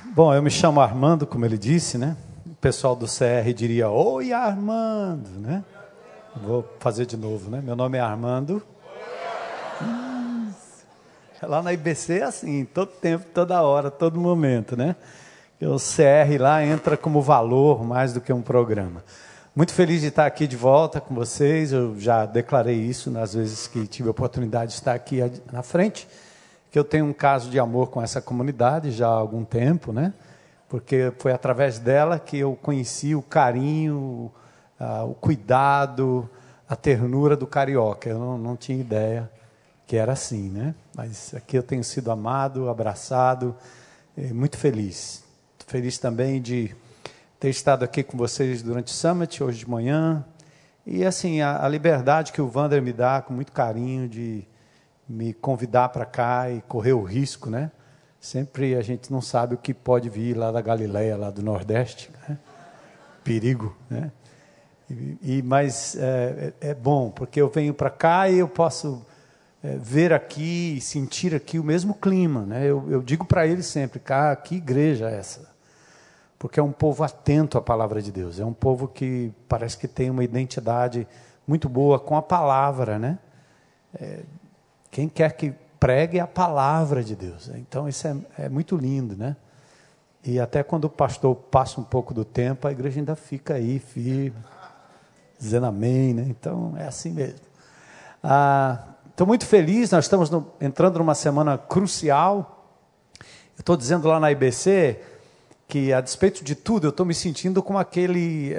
Bom, eu me chamo Armando, como ele disse, né? O pessoal do CR diria, oi Armando, né? Vou fazer de novo, né? Meu nome é Armando. Lá na IBC é assim, todo tempo, toda hora, todo momento, né? O CR lá entra como valor mais do que um programa. Muito feliz de estar aqui de volta com vocês. Eu já declarei isso nas vezes que tive a oportunidade de estar aqui na frente, que eu tenho um caso de amor com essa comunidade já há algum tempo, né? Porque foi através dela que eu conheci o carinho, o cuidado, a ternura do carioca. Eu não tinha ideia que era assim, né? Mas aqui eu tenho sido amado, abraçado, muito feliz. Feliz também de ter estado aqui com vocês durante o Summit, hoje de manhã. E assim, a liberdade que o Wander me dá, com muito carinho, de me convidar para cá e correr o risco, né? Sempre a gente não sabe o que pode vir lá da Galileia, lá do Nordeste, né? Perigo, né? Mas é bom, porque eu venho para cá e eu posso ver aqui, sentir aqui o mesmo clima, né? Eu digo para eles sempre, cara, que igreja é essa? Porque é um povo atento à palavra de Deus, é um povo que parece que tem uma identidade muito boa com a palavra, né? Quem quer que pregue a palavra de Deus. Então, isso é muito lindo, né? E até quando o pastor passa um pouco do tempo, a igreja ainda fica aí, firme, dizendo amém, né? Então, é assim mesmo. Estou muito feliz, nós estamos entrando numa semana crucial. Eu estou dizendo lá na IBC que, a despeito de tudo, eu estou me sentindo como aquele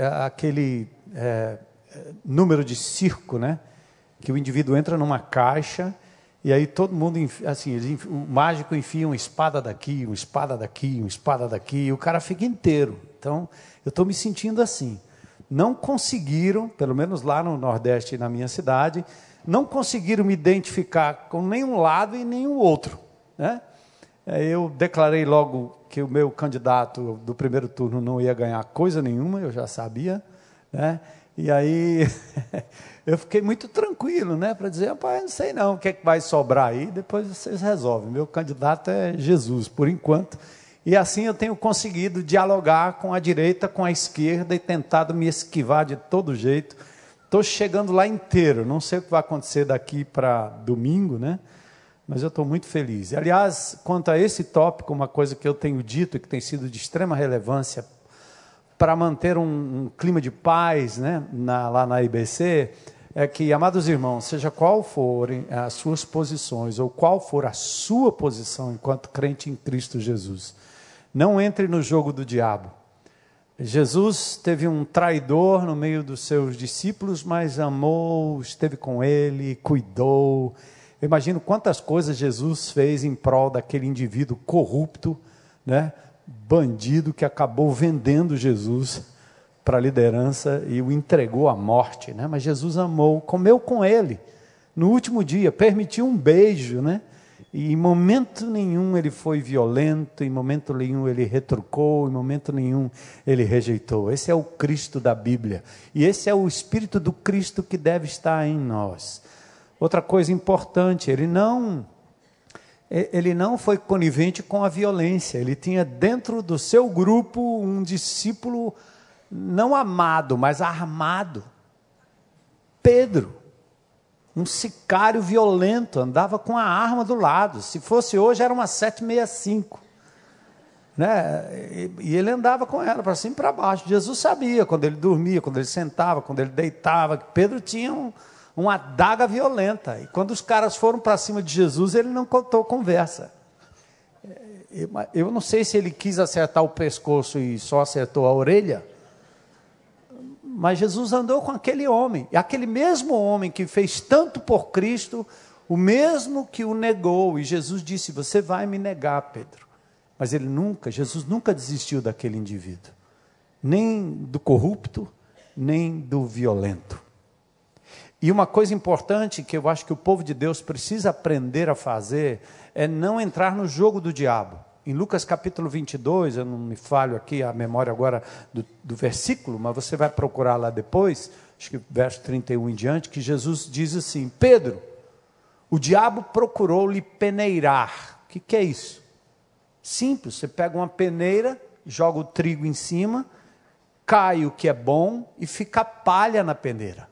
número de circo, né? Que o indivíduo entra numa caixa e aí todo mundo, assim, o mágico enfia uma espada daqui, uma espada daqui, uma espada daqui, e o cara fica inteiro. Então, eu estou me sentindo assim. Não conseguiram, pelo menos lá no Nordeste e na minha cidade, não conseguiram me identificar com nenhum lado e nenhum outro, né? Eu declarei logo que o meu candidato do primeiro turno não ia ganhar coisa nenhuma, eu já sabia, né? E aí eu fiquei muito tranquilo, né? Para dizer, rapaz, não sei não o que é que vai sobrar aí, depois vocês resolvem. Meu candidato é Jesus, por enquanto. E assim eu tenho conseguido dialogar com a direita, com a esquerda e tentado me esquivar de todo jeito. Estou chegando lá inteiro, não sei o que vai acontecer daqui para domingo, né? Mas eu estou muito feliz. E, aliás, quanto a esse tópico, uma coisa que eu tenho dito e que tem sido de extrema relevância para manter um clima de paz, né, lá na IBC, é que, amados irmãos, seja qual forem as suas posições ou qual for a sua posição enquanto crente em Cristo Jesus, não entre no jogo do diabo. Jesus teve um traidor no meio dos seus discípulos, mas amou, esteve com ele, cuidou. Eu imagino quantas coisas Jesus fez em prol daquele indivíduo corrupto, né? Bandido que acabou vendendo Jesus para a liderança e o entregou à morte, né? Mas Jesus amou, comeu com ele no último dia, permitiu um beijo, né? E em momento nenhum ele foi violento, em momento nenhum ele retrucou, em momento nenhum ele rejeitou. Esse é o Cristo da Bíblia e esse é o Espírito do Cristo que deve estar em nós. Outra coisa importante, ele não foi conivente com a violência. Ele tinha dentro do seu grupo um discípulo não amado, mas armado. Pedro, um sicário violento, andava com a arma do lado. Se fosse hoje, era uma 765. Né? E ele andava com ela para cima e para baixo. Jesus sabia, quando ele dormia, quando ele sentava, quando ele deitava, que Pedro tinha uma adaga violenta. E quando os caras foram para cima de Jesus, ele não contou conversa. Eu não sei se ele quis acertar o pescoço e só acertou a orelha, mas Jesus andou com aquele homem. E aquele mesmo homem que fez tanto por Cristo, o mesmo que o negou. E Jesus disse, você vai me negar, Pedro. Mas Jesus nunca desistiu daquele indivíduo. Nem do corrupto, nem do violento. E uma coisa importante que eu acho que o povo de Deus precisa aprender a fazer é não entrar no jogo do diabo. Em Lucas capítulo 22, eu não me falho aqui a memória agora do versículo, mas você vai procurar lá depois, acho que verso 31 em diante, que Jesus diz assim, Pedro, o diabo procurou lhe peneirar. O que é isso? Simples, você pega uma peneira, joga o trigo em cima, cai o que é bom e fica palha na peneira.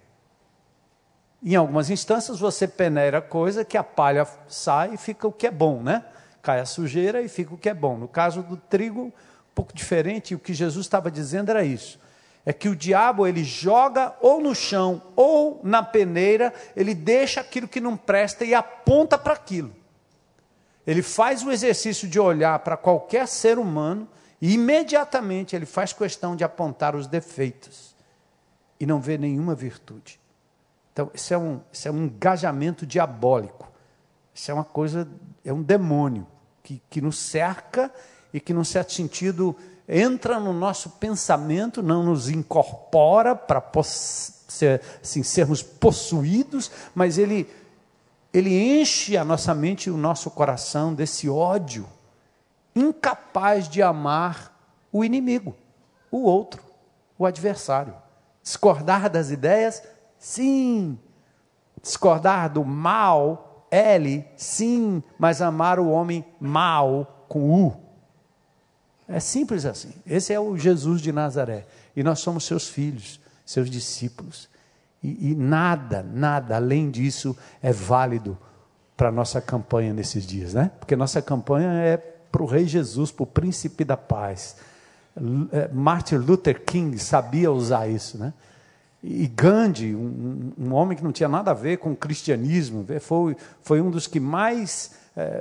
Em algumas instâncias você peneira coisa que a palha sai e fica o que é bom, né? Cai a sujeira e fica o que é bom. No caso do trigo, um pouco diferente, e o que Jesus estava dizendo era isso. É que o diabo, ele joga ou no chão ou na peneira, ele deixa aquilo que não presta e aponta para aquilo. Ele faz o exercício de olhar para qualquer ser humano e imediatamente ele faz questão de apontar os defeitos e não vê nenhuma virtude. Então, isso é um engajamento diabólico. Isso é uma coisa, é um demônio que nos cerca e que, num certo sentido, entra no nosso pensamento, não nos incorpora para assim, sermos possuídos, mas ele enche a nossa mente e o nosso coração desse ódio, incapaz de amar o inimigo, o outro, o adversário. Discordar das ideias, sim. Discordar do mal, L, sim, mas amar o homem mal, com U. É simples assim. Esse é o Jesus de Nazaré. E nós somos seus filhos, seus discípulos. E nada além disso é válido para a nossa campanha nesses dias, né? Porque nossa campanha é para o Rei Jesus, para o Príncipe da Paz. Martin Luther King sabia usar isso, né? E Gandhi, um homem que não tinha nada a ver com o cristianismo, foi um dos que mais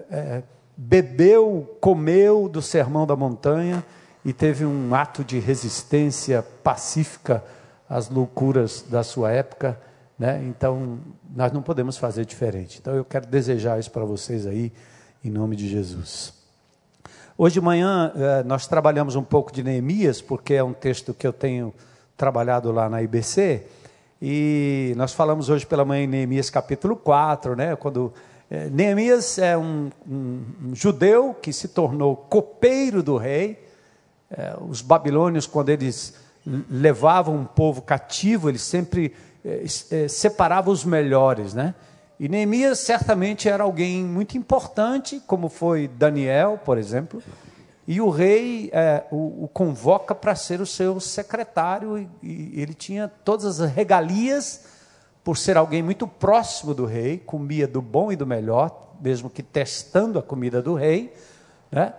bebeu, comeu do Sermão da Montanha e teve um ato de resistência pacífica às loucuras da sua época, né? Então, nós não podemos fazer diferente. Então, eu quero desejar isso para vocês aí, em nome de Jesus. Hoje de manhã, nós trabalhamos um pouco de Neemias, porque é um texto que eu tenho trabalhado lá na IBC, e nós falamos hoje pela manhã em Neemias capítulo 4, né? Quando Neemias é um judeu que se tornou copeiro do rei. Os babilônios, quando eles levavam um povo cativo, eles sempre separavam os melhores, né? E Neemias certamente era alguém muito importante, como foi Daniel, por exemplo, e o rei o convoca para ser o seu secretário, e ele tinha todas as regalias, por ser alguém muito próximo do rei, comia do bom e do melhor, mesmo que testando a comida do rei, né?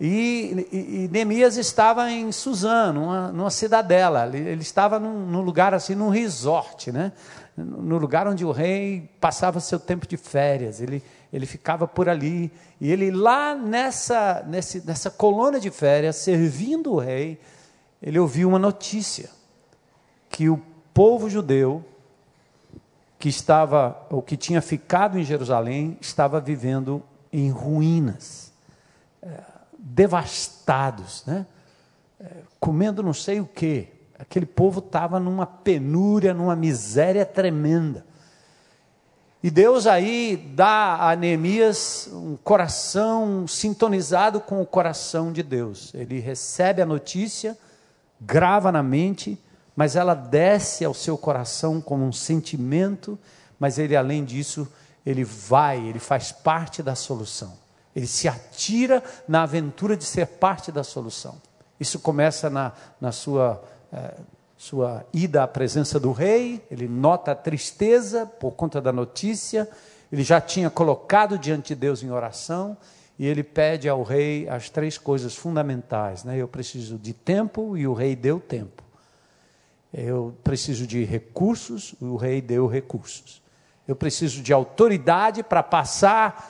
E Neemias estava em Suzã, numa cidadela. Ele estava num lugar assim, num resort, né? No lugar onde o rei passava seu tempo de férias. Ele ficava por ali, e ele lá nessa colônia de férias, servindo o rei, ele ouviu uma notícia, que o povo judeu, que tinha ficado em Jerusalém, estava vivendo em ruínas, devastados, né? Comendo não sei o quê. Aquele povo estava numa penúria, numa miséria tremenda. E Deus aí dá a Neemias um coração sintonizado com o coração de Deus. Ele recebe a notícia, grava na mente, mas ela desce ao seu coração como um sentimento, mas ele, além disso, ele faz parte da solução. Ele se atira na aventura de ser parte da solução. Isso começa na sua ida à presença do rei. Ele nota a tristeza por conta da notícia. Ele já tinha colocado diante de Deus em oração, e ele pede ao rei as 3 coisas fundamentais, né? Eu preciso de tempo, e o rei deu tempo. Eu preciso de recursos, e o rei deu recursos. Eu preciso de autoridade para passar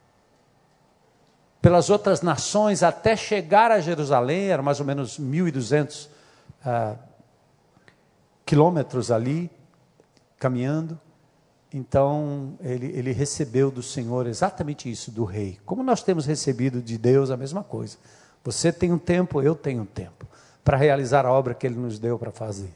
pelas outras nações até chegar a Jerusalém. Era mais ou menos 1.200 quilômetros ali, caminhando. Então, ele recebeu do Senhor exatamente isso, do rei. Como nós temos recebido de Deus a mesma coisa. Você tem um tempo, eu tenho um tempo, para realizar a obra que Ele nos deu para fazer.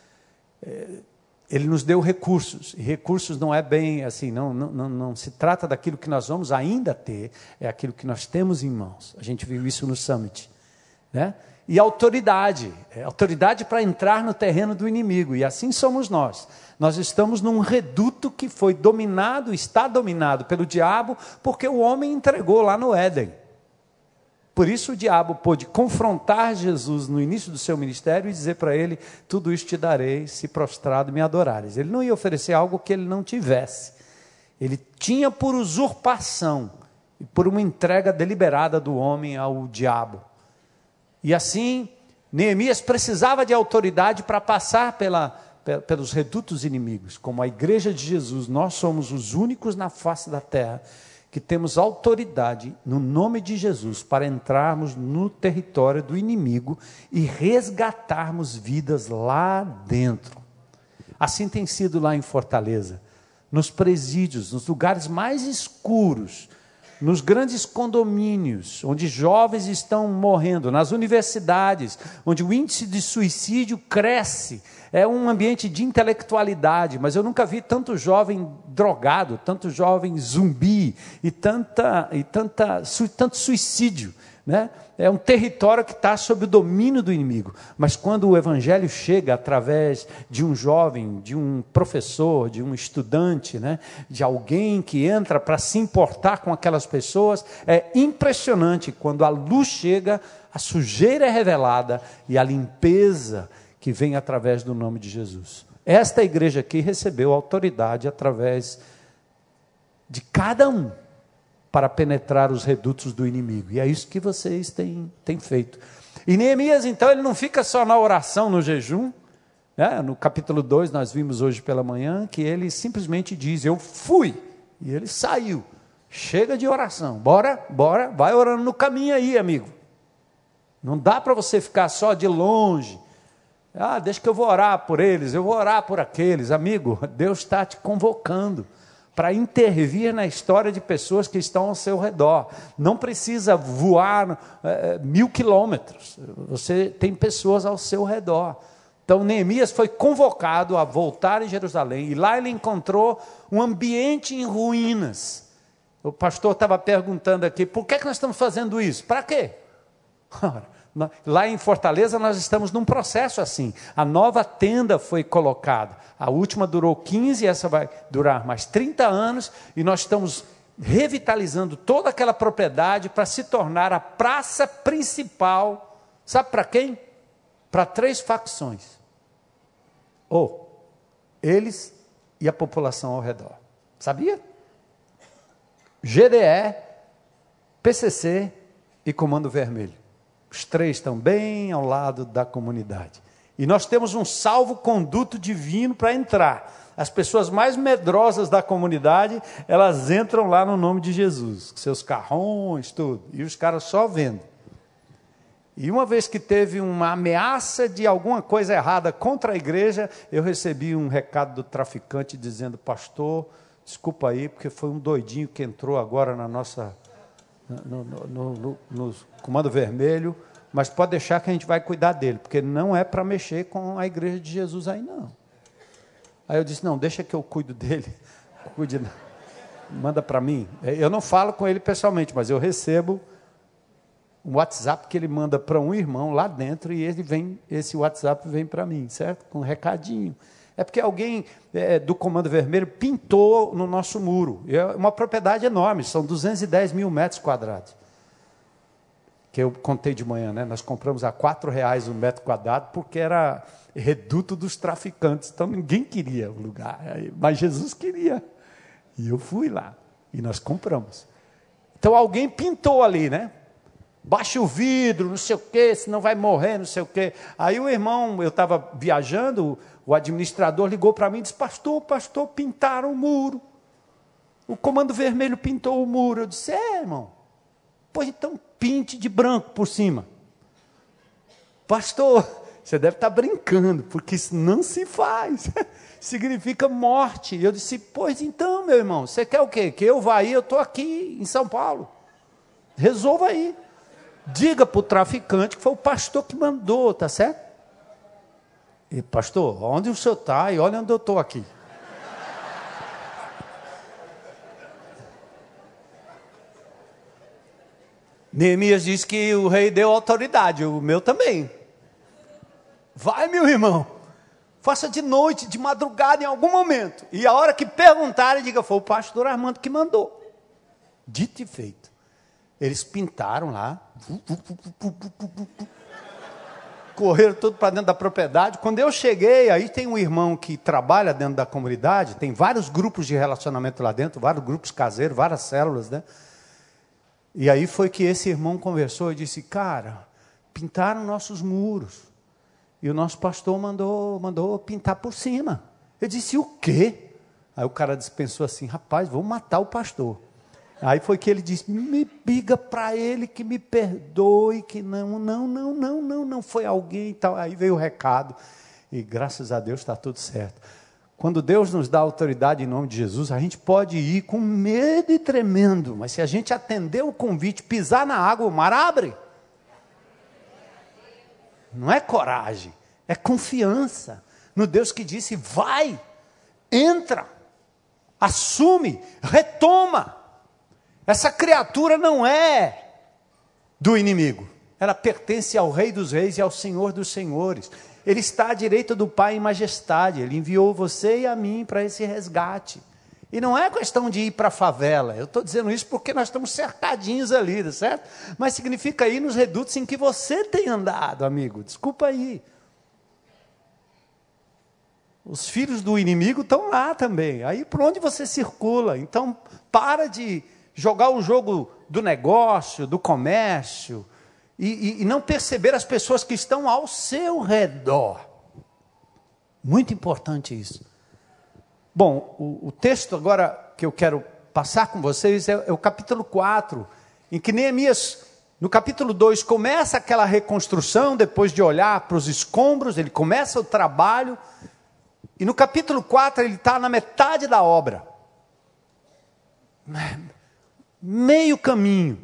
Ele nos deu recursos, e recursos não é bem assim, não se trata daquilo que nós vamos ainda ter, é aquilo que nós temos em mãos. A gente viu isso no Summit, né? E autoridade para entrar no terreno do inimigo, e assim somos nós. Nós estamos num reduto que foi dominado, está dominado pelo diabo, porque o homem entregou lá no Éden. Por isso o diabo pôde confrontar Jesus no início do seu ministério e dizer para ele: tudo isso te darei se prostrado me adorares. Ele não ia oferecer algo que ele não tivesse. Ele tinha por usurpação e por uma entrega deliberada do homem ao diabo. E assim, Neemias precisava de autoridade para passar pelos redutos inimigos. Como a igreja de Jesus, nós somos os únicos na face da terra que temos autoridade, no nome de Jesus, para entrarmos no território do inimigo e resgatarmos vidas lá dentro. Assim tem sido lá em Fortaleza, nos presídios, nos lugares mais escuros, nos grandes condomínios, onde jovens estão morrendo, nas universidades, onde o índice de suicídio cresce. É um ambiente de intelectualidade, mas eu nunca vi tanto jovem drogado, tanto jovem zumbi e tanto suicídio, né? É um território que está sob o domínio do inimigo. Mas quando o evangelho chega através de um jovem, de um professor, de um estudante, né? De alguém que entra para se importar com aquelas pessoas, é impressionante quando a luz chega, a sujeira é revelada e a limpeza que vem através do nome de Jesus. Esta igreja aqui recebeu autoridade através de cada um para penetrar os redutos do inimigo. E é isso que vocês têm feito. E Neemias, então, ele não fica só na oração, no jejum, né? No capítulo 2, nós vimos hoje pela manhã, que ele simplesmente diz: eu fui, e ele saiu. Chega de oração, bora, vai orando no caminho aí, amigo. Não dá para você ficar só de longe. Deixa que eu vou orar por eles, eu vou orar por aqueles. Amigo, Deus está te convocando para intervir na história de pessoas que estão ao seu redor. Não precisa voar 1000 quilômetros. Você tem pessoas ao seu redor. Então, Neemias foi convocado a voltar em Jerusalém. E lá ele encontrou um ambiente em ruínas. O pastor estava perguntando aqui: por que nós estamos fazendo isso? Para quê? Lá em Fortaleza nós estamos num processo assim. A nova tenda foi colocada. A última durou 15, essa vai durar mais 30 anos. E nós estamos revitalizando toda aquela propriedade para se tornar a praça principal. Sabe para quem? Para 3 facções. Eles e a população ao redor. Sabia? GDE, PCC e Comando Vermelho. Os 3 estão bem ao lado da comunidade. E nós temos um salvo-conduto divino para entrar. As pessoas mais medrosas da comunidade, elas entram lá no nome de Jesus. Com seus carrões, tudo. E os caras só vendo. E uma vez que teve uma ameaça de alguma coisa errada contra a igreja, eu recebi um recado do traficante dizendo: pastor, desculpa aí, porque foi um doidinho que entrou agora na nossa... No Comando Vermelho, mas pode deixar que a gente vai cuidar dele, porque não é para mexer com a igreja de Jesus aí, não. Aí eu disse: não, deixa que eu cuido dele, manda para mim. Eu não falo com ele pessoalmente, mas eu recebo um WhatsApp que ele manda para um irmão lá dentro, e esse WhatsApp vem para mim, certo? Com um recadinho. É porque alguém do Comando Vermelho pintou no nosso muro. É uma propriedade enorme, são 210 mil metros quadrados. Que eu contei de manhã, né? Nós compramos a R$4 o metro quadrado, porque era reduto dos traficantes. Então ninguém queria o lugar, mas Jesus queria. E eu fui lá, e nós compramos. Então alguém pintou ali, né? Baixa o vidro, não sei o quê, senão vai morrer, não sei o quê. Aí o irmão, eu estava viajando, o administrador ligou para mim e disse: pastor, pintaram o muro. O Comando Vermelho pintou o muro. Eu disse: irmão, pois então pinte de branco por cima. Pastor, você deve estar brincando, porque isso não se faz. Significa morte. Eu disse: pois então, meu irmão, você quer o quê? Que eu vá aí? Eu estou aqui em São Paulo. Resolva aí. Diga para o traficante que foi o pastor que mandou, tá certo? E pastor, onde o senhor está? E olha onde eu estou aqui. Neemias diz que o rei deu autoridade, o meu também. Vai, meu irmão, faça de noite, de madrugada, em algum momento. E a hora que perguntarem, diga: foi o pastor Armando que mandou. Dito e feito. Eles pintaram lá, correram tudo para dentro da propriedade. Quando eu cheguei, aí tem um irmão que trabalha dentro da comunidade, tem vários grupos de relacionamento lá dentro, vários grupos caseiros, várias células, né? E aí foi que esse irmão conversou e disse, cara, pintaram nossos muros. E o nosso pastor mandou pintar por cima. Eu disse, o quê? Aí o cara pensou assim, rapaz, vou matar o pastor. Aí foi que ele disse, me diga para ele que me perdoe, que não foi alguém e tal. Aí veio o recado e graças a Deus está tudo certo. Quando Deus nos dá autoridade em nome de Jesus, a gente pode ir com medo e tremendo, mas se a gente atender o convite, pisar na água, o mar abre. Não é coragem, é confiança no Deus que disse, vai, entra, assume, retoma. Essa criatura não é do inimigo. Ela pertence ao Rei dos Reis e ao Senhor dos Senhores. Ele está à direita do Pai em majestade. Ele enviou você e a mim para esse resgate. E não é questão de ir para a favela. Eu estou dizendo isso porque nós estamos cercadinhos ali, certo? Mas significa ir nos redutos em que você tem andado, amigo. Desculpa aí. Os filhos do inimigo estão lá também. Aí por onde você circula. Então para de jogar o jogo do negócio, do comércio, e não perceber as pessoas que estão ao seu redor. Muito importante isso. Bom, o texto agora que eu quero passar com vocês é o capítulo 4, em que Neemias, no capítulo 2, começa aquela reconstrução, depois de olhar para os escombros, ele começa o trabalho, e no capítulo 4 ele está na metade da obra. Meio caminho.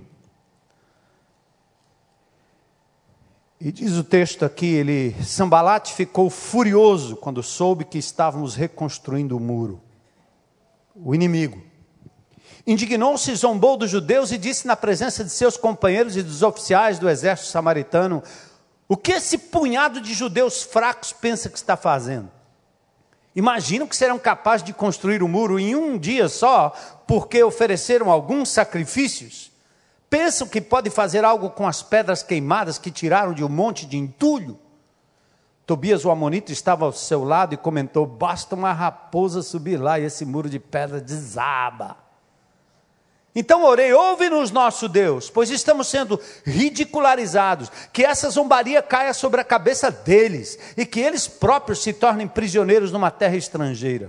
E diz o texto aqui, Sambalate ficou furioso quando soube que estávamos reconstruindo o muro. O inimigo. Indignou-se, zombou dos judeus e disse na presença de seus companheiros e dos oficiais do exército samaritano, o que esse punhado de judeus fracos pensa que está fazendo? Imaginam que serão capazes de construir o muro em um dia só, porque ofereceram alguns sacrifícios? Pensam que pode fazer algo com as pedras queimadas que tiraram de um monte de entulho? Tobias, o amonita, estava ao seu lado e comentou, basta uma raposa subir lá e esse muro de pedra desaba. Então orei, ouve-nos nosso Deus, pois estamos sendo ridicularizados, que essa zombaria caia sobre a cabeça deles, e que eles próprios se tornem prisioneiros numa terra estrangeira.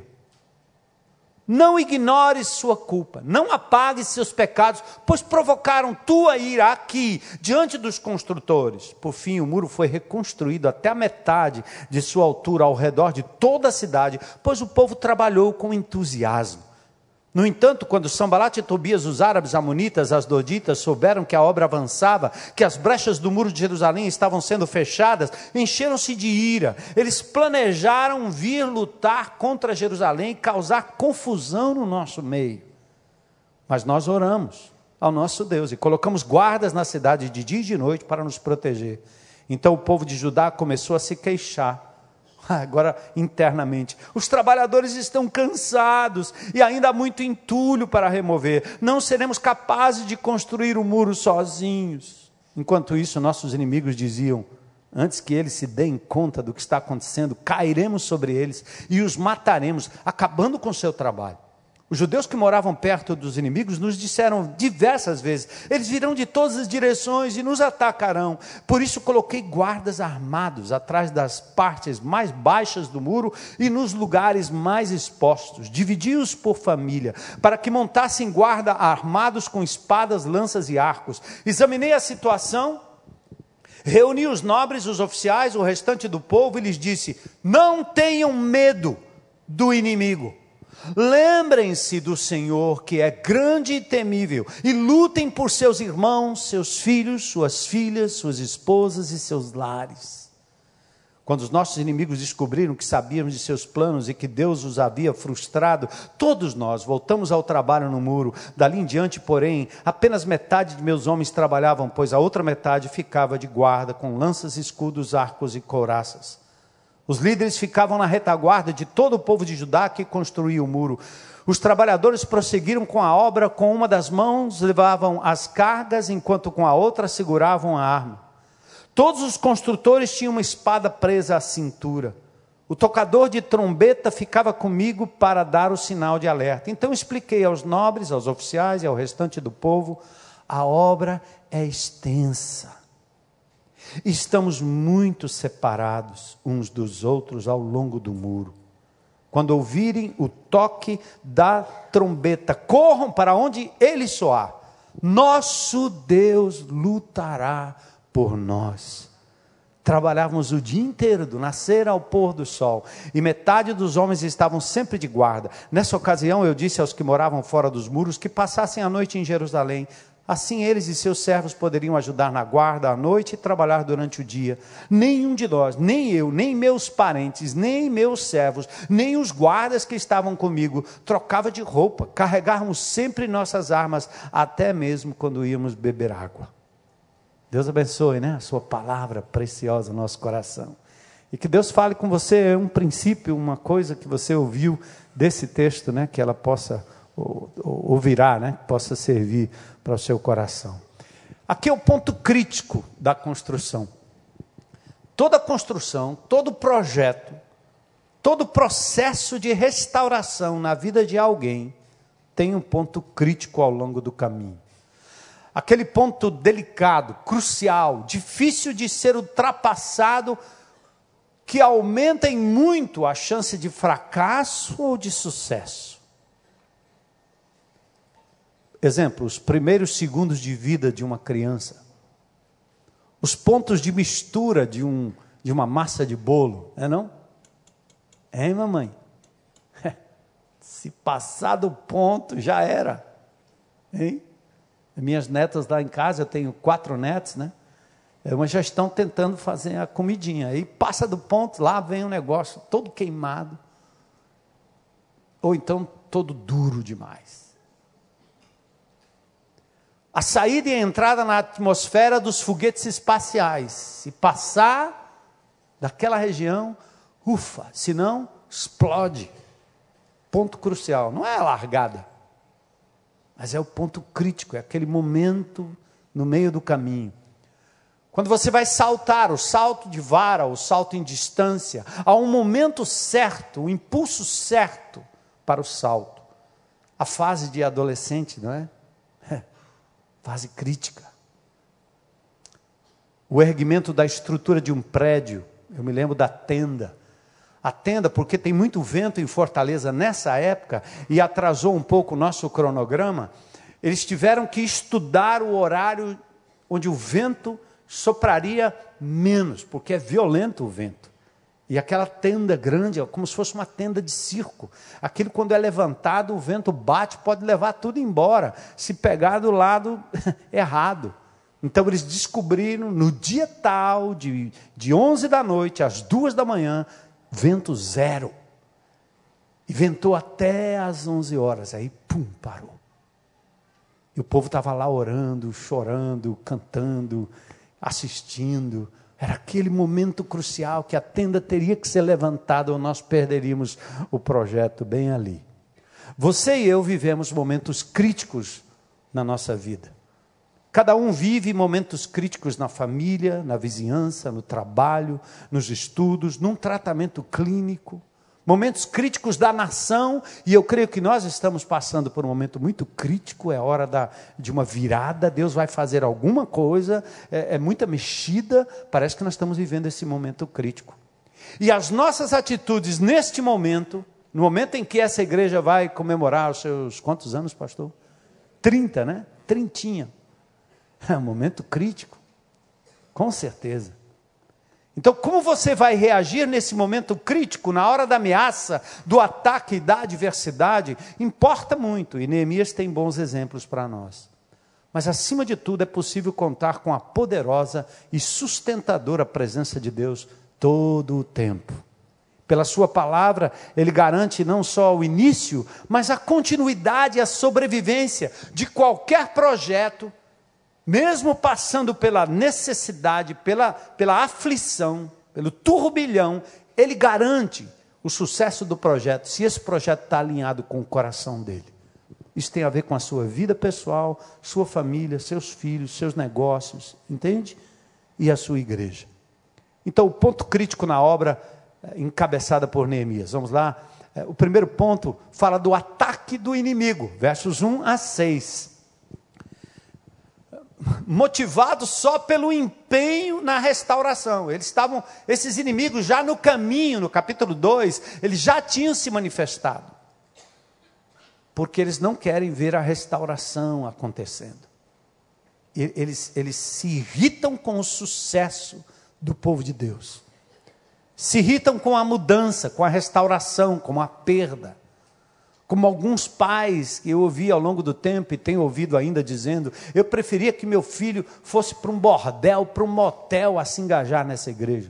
Não ignores sua culpa, não apagues seus pecados, pois provocaram tua ira aqui, diante dos construtores. Por fim, o muro foi reconstruído até a metade de sua altura, ao redor de toda a cidade, pois o povo trabalhou com entusiasmo. No entanto, quando Sambalate e Tobias, os árabes, amonitas, asdoditas, souberam que a obra avançava, que as brechas do muro de Jerusalém estavam sendo fechadas, encheram-se de ira. Eles planejaram vir lutar contra Jerusalém e causar confusão no nosso meio. Mas nós oramos ao nosso Deus e colocamos guardas na cidade de dia e de noite para nos proteger. Então o povo de Judá começou a se queixar. Agora internamente, os trabalhadores estão cansados e ainda há muito entulho para remover, não seremos capazes de construir o muro sozinhos. Enquanto isso, nossos inimigos diziam, antes que eles se deem conta do que está acontecendo, cairemos sobre eles e os mataremos, acabando com o seu trabalho. Os judeus que moravam perto dos inimigos nos disseram diversas vezes, eles virão de todas as direções e nos atacarão. Por isso coloquei guardas armados atrás das partes mais baixas do muro e nos lugares mais expostos. Dividi-os por família, para que montassem guarda armados com espadas, lanças e arcos. Examinei a situação, reuni os nobres, os oficiais, o restante do povo e lhes disse, não tenham medo do inimigo. Lembrem-se do Senhor, que é grande e temível, e lutem por seus irmãos, seus filhos, suas filhas, suas esposas e seus lares. Quando os nossos inimigos descobriram que sabíamos de seus planos e que Deus os havia frustrado, todos nós voltamos ao trabalho no muro. Dali em diante, porém, apenas metade de meus homens trabalhavam, pois a outra metade ficava de guarda, com lanças, escudos, arcos e couraças. Os líderes ficavam na retaguarda de todo o povo de Judá que construía o muro. Os trabalhadores prosseguiram com a obra, com uma das mãos levavam as cargas, enquanto com a outra seguravam a arma. Todos os construtores tinham uma espada presa à cintura. O tocador de trombeta ficava comigo para dar o sinal de alerta. Então expliquei aos nobres, aos oficiais e ao restante do povo: a obra é extensa. Estamos muito separados uns dos outros ao longo do muro. Quando ouvirem o toque da trombeta, corram para onde ele soar. Nosso Deus lutará por nós. Trabalhávamos o dia inteiro, do nascer ao pôr do sol, e metade dos homens estavam sempre de guarda. Nessa ocasião eu disse aos que moravam fora dos muros que passassem a noite em Jerusalém. Assim eles e seus servos poderiam ajudar na guarda à noite e trabalhar durante o dia. Nenhum de nós, nem eu, nem meus parentes, nem meus servos, nem os guardas que estavam comigo, trocava de roupa. Carregávamos sempre nossas armas, até mesmo quando íamos beber água. Deus abençoe, né? A sua palavra preciosa no nosso coração. E que Deus fale com você um princípio, uma coisa que você ouviu desse texto, né? Que ela possa ouvirá, né? Que possa servir para o seu coração. Aqui é o ponto crítico da construção. Toda construção, todo projeto, todo processo de restauração na vida de alguém tem um ponto crítico ao longo do caminho. Aquele ponto delicado, crucial, difícil de ser ultrapassado, que aumenta em muito a chance de fracasso ou de sucesso. Exemplo, os primeiros segundos de vida de uma criança. Os pontos de mistura de uma massa de bolo, não? Hein, mamãe? Se passar do ponto, já era. Hein? Minhas netas lá em casa, eu tenho 4 netos, né? Mas já estão tentando fazer a comidinha. Aí passa do ponto, lá vem um negócio todo queimado. Ou então todo duro demais. A saída e a entrada na atmosfera dos foguetes espaciais. Se passar daquela região, ufa, senão explode. Ponto crucial, não é a largada, mas é o ponto crítico, é aquele momento no meio do caminho. Quando você vai saltar, o salto de vara, o salto em distância, há um momento certo, um impulso certo para o salto. A fase de adolescente, não é? Fase crítica. O erguimento da estrutura de um prédio, eu me lembro da tenda. A tenda, porque tem muito vento em Fortaleza nessa época, e atrasou um pouco o nosso cronograma, eles tiveram que estudar o horário onde o vento sopraria menos, porque é violento o vento. E aquela tenda grande, como se fosse uma tenda de circo. Aquilo, quando é levantado, o vento bate, pode levar tudo embora, se pegar do lado errado. Então eles descobriram, no dia tal, de 11 da noite às 2 da manhã, vento zero. E ventou até às 11 horas, aí pum, parou. E o povo estava lá orando, chorando, cantando, assistindo. Era aquele momento crucial que a tenda teria que ser levantada ou nós perderíamos o projeto bem ali. Você e eu vivemos momentos críticos na nossa vida. Cada um vive momentos críticos na família, na vizinhança, no trabalho, nos estudos, num tratamento clínico. Momentos críticos da nação, e eu creio que nós estamos passando por um momento muito crítico, é hora de uma virada, Deus vai fazer alguma coisa, é muita mexida, parece que nós estamos vivendo esse momento crítico. E as nossas atitudes neste momento, no momento em que essa igreja vai comemorar os seus, quantos anos, pastor? 30, né? Trintinha. É um momento crítico, com certeza. Então, como você vai reagir nesse momento crítico, na hora da ameaça, do ataque e da adversidade, importa muito, e Neemias tem bons exemplos para nós. Mas, acima de tudo, é possível contar com a poderosa e sustentadora presença de Deus todo o tempo. Pela sua palavra, Ele garante não só o início, mas a continuidade e a sobrevivência de qualquer projeto, mesmo passando pela necessidade, pela aflição, pelo turbilhão, Ele garante o sucesso do projeto, se esse projeto está alinhado com o coração dele. Isso tem a ver com a sua vida pessoal, sua família, seus filhos, seus negócios, entende? E a sua igreja. Então, o ponto crítico na obra encabeçada por Neemias. Vamos lá. O primeiro ponto fala do ataque do inimigo, versos 1 a 6. Motivados só pelo empenho na restauração. Esses inimigos já no caminho, no capítulo 2, eles já tinham se manifestado. Porque eles não querem ver a restauração acontecendo. Eles se irritam com o sucesso do povo de Deus. Se irritam com a mudança, com a restauração, com a perda. Como alguns pais que eu ouvi ao longo do tempo e tenho ouvido ainda dizendo, eu preferia que meu filho fosse para um bordel, para um motel a se engajar nessa igreja.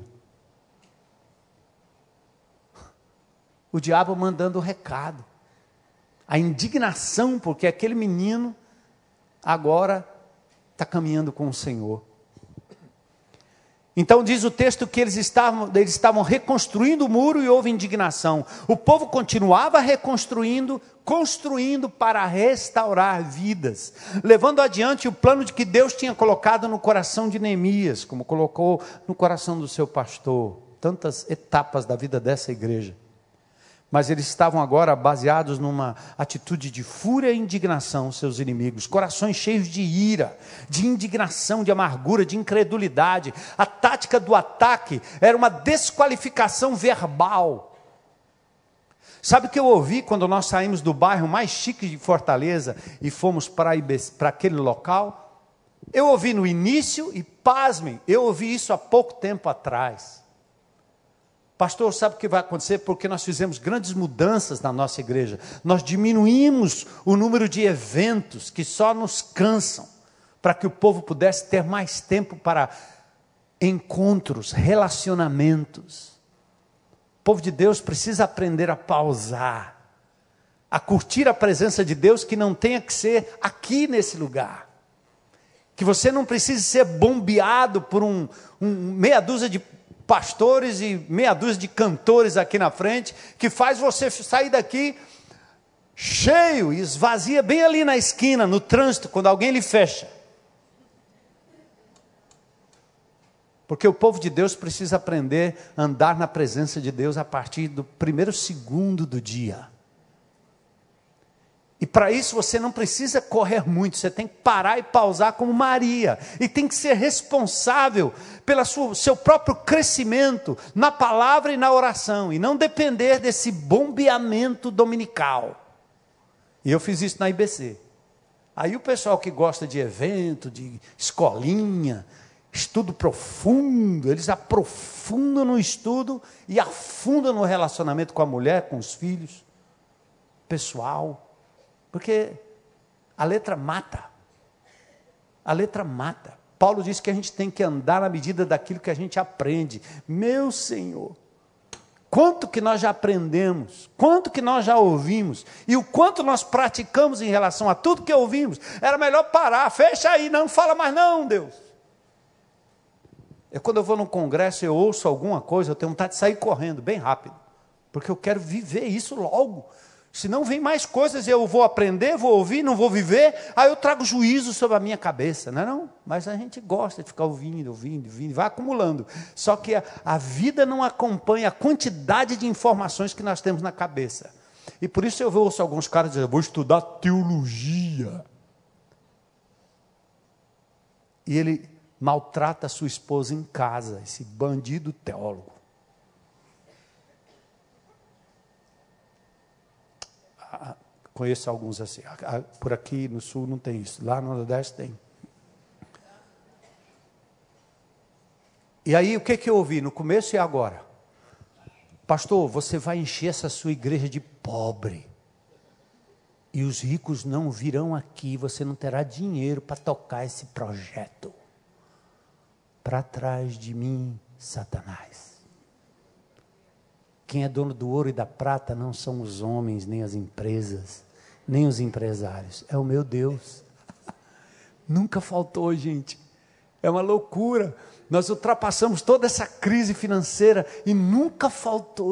O diabo mandando o recado. A indignação, porque aquele menino agora está caminhando com o Senhor. Então diz o texto que eles estavam reconstruindo o muro e houve indignação. O povo continuava reconstruindo, construindo para restaurar vidas, levando adiante o plano de que Deus tinha colocado no coração de Neemias, como colocou no coração do seu pastor. Tantas etapas da vida dessa igreja. Mas eles estavam agora baseados numa atitude de fúria e indignação, seus inimigos. Corações cheios de ira, de indignação, de amargura, de incredulidade. A tática do ataque era uma desqualificação verbal. Sabe o que eu ouvi quando nós saímos do bairro mais chique de Fortaleza e fomos para aquele local? Eu ouvi no início e, pasmem, eu ouvi isso há pouco tempo atrás. Pastor, sabe o que vai acontecer? Porque nós fizemos grandes mudanças na nossa igreja. Nós diminuímos o número de eventos que só nos cansam, para que o povo pudesse ter mais tempo para encontros, relacionamentos. O povo de Deus precisa aprender a pausar, a curtir a presença de Deus, que não tenha que ser aqui nesse lugar. Que você não precise ser bombeado por meia dúzia de pastores e meia dúzia de cantores aqui na frente, que faz você sair daqui cheio e esvazia bem ali na esquina, no trânsito, quando alguém lhe fecha. Porque o povo de Deus precisa aprender a andar na presença de Deus a partir do primeiro segundo do dia. E para isso você não precisa correr muito, você tem que parar e pausar como Maria. E tem que ser responsável pelo seu próprio crescimento na palavra e na oração. E não depender desse bombeamento dominical. E eu fiz isso na IBC. Aí o pessoal que gosta de evento, de escolinha, estudo profundo, eles aprofundam no estudo e afundam no relacionamento com a mulher, com os filhos, pessoal. Porque a letra mata. A letra mata. Paulo diz que a gente tem que andar na medida daquilo que a gente aprende. Meu Senhor, quanto que nós já aprendemos, quanto que nós já ouvimos, e o quanto nós praticamos em relação a tudo que ouvimos. Era melhor parar, fecha aí, não fala mais não, Deus. Quando eu vou num congresso, eu ouço alguma coisa, eu tenho vontade de sair correndo, bem rápido, porque eu quero viver isso logo. Senão vem mais coisas, eu vou aprender, vou ouvir, não vou viver, aí eu trago juízo sobre a minha cabeça, não é não? Mas a gente gosta de ficar ouvindo, vai acumulando. Só que a vida não acompanha a quantidade de informações que nós temos na cabeça. E por isso eu ouço alguns caras dizer, vou estudar teologia. E ele maltrata a sua esposa em casa, esse bandido teólogo. Conheço alguns assim. Por aqui no sul não tem isso. Lá no Nordeste tem. E aí o que eu ouvi no começo e agora? Pastor, você vai encher essa sua igreja de pobre. E os ricos não virão aqui. Você não terá dinheiro para tocar esse projeto. Para trás de mim, Satanás. Quem é dono do ouro e da prata não são os homens, nem as empresas, nem os empresários. É o meu Deus. Nunca faltou, gente. É uma loucura. Nós ultrapassamos toda essa crise financeira e nunca faltou.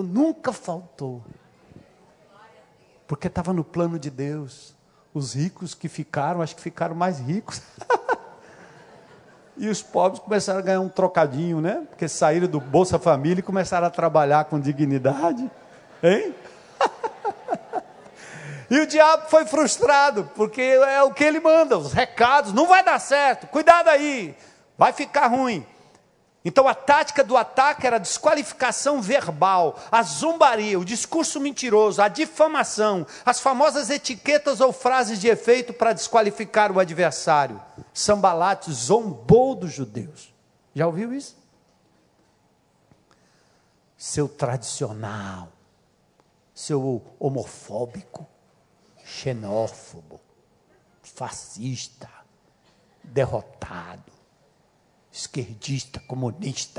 Porque estava no plano de Deus. Os ricos que ficaram, acho que ficaram mais ricos. E os pobres começaram a ganhar um trocadinho, né? Porque saíram do Bolsa Família e começaram a trabalhar com dignidade. Hein? E o diabo foi frustrado, porque é o que ele manda, os recados, não vai dar certo, cuidado aí, vai ficar ruim. Então a tática do ataque era a desqualificação verbal, a zombaria, o discurso mentiroso, a difamação, as famosas etiquetas ou frases de efeito para desqualificar o adversário. Sanbalate zombou dos judeus. Já ouviu isso? Seu tradicional, seu homofóbico, xenófobo, fascista, derrotado, esquerdista, comunista.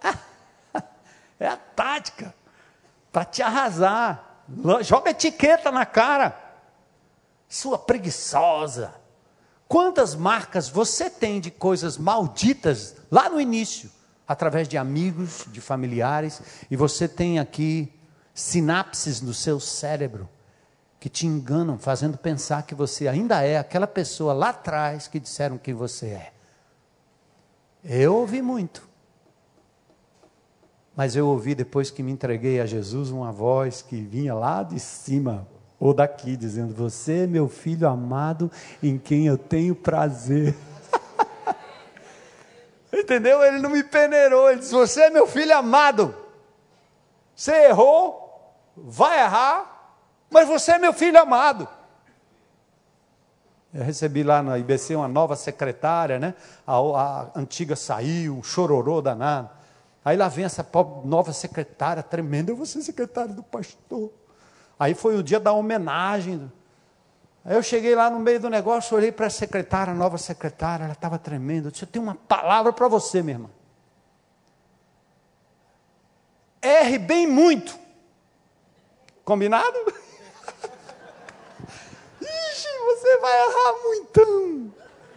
É a tática para te arrasar. Joga etiqueta na cara. Sua preguiçosa. Quantas marcas você tem de coisas malditas lá no início, através de amigos, de familiares, e você tem aqui sinapses no seu cérebro que te enganam, fazendo pensar que você ainda é aquela pessoa lá atrás que disseram quem você é. Eu ouvi muito, mas eu ouvi depois que me entreguei a Jesus uma voz que vinha lá de cima, ou daqui, dizendo: você é meu filho amado, em quem eu tenho prazer. Entendeu? Ele não me peneirou, ele disse: você é meu filho amado, você errou, vai errar, mas você é meu filho amado. Eu recebi lá na IBC uma nova secretária, né? A antiga saiu, um chororô danado. Aí lá vem essa nova secretária tremenda: eu vou ser secretária do pastor. Aí foi o dia da homenagem. Aí eu cheguei lá no meio do negócio, olhei para a secretária, a nova secretária, ela estava tremendo. Eu disse: eu tenho uma palavra para você, minha irmã. Erre bem muito. Combinado? Você vai errar muito.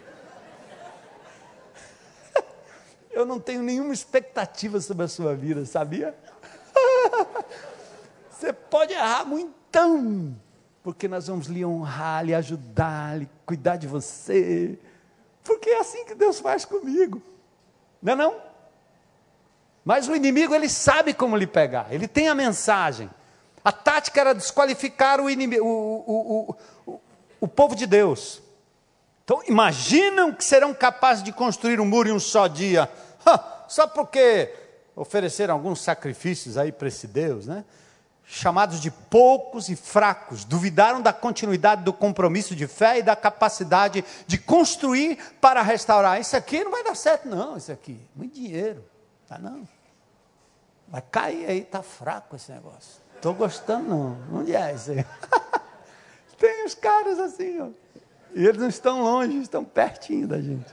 Eu não tenho nenhuma expectativa sobre a sua vida, sabia? Você pode errar muito, porque nós vamos lhe honrar, lhe ajudar, lhe cuidar de você, porque é assim que Deus faz comigo, não é não? Mas o inimigo, ele sabe como lhe pegar, ele tem a mensagem. A tática era desqualificar o inimigo, o povo de Deus. Então imaginam que serão capazes de construir um muro em um só dia, só porque ofereceram alguns sacrifícios aí para esse Deus, né? Chamados de poucos e fracos, duvidaram da continuidade do compromisso de fé e da capacidade de construir para restaurar. Isso aqui não vai dar certo não, isso aqui, muito dinheiro, tá não, vai cair aí, tá fraco esse negócio, estou gostando não, onde é isso aí? Tem os caras assim, ó, e eles não estão longe, estão pertinho da gente.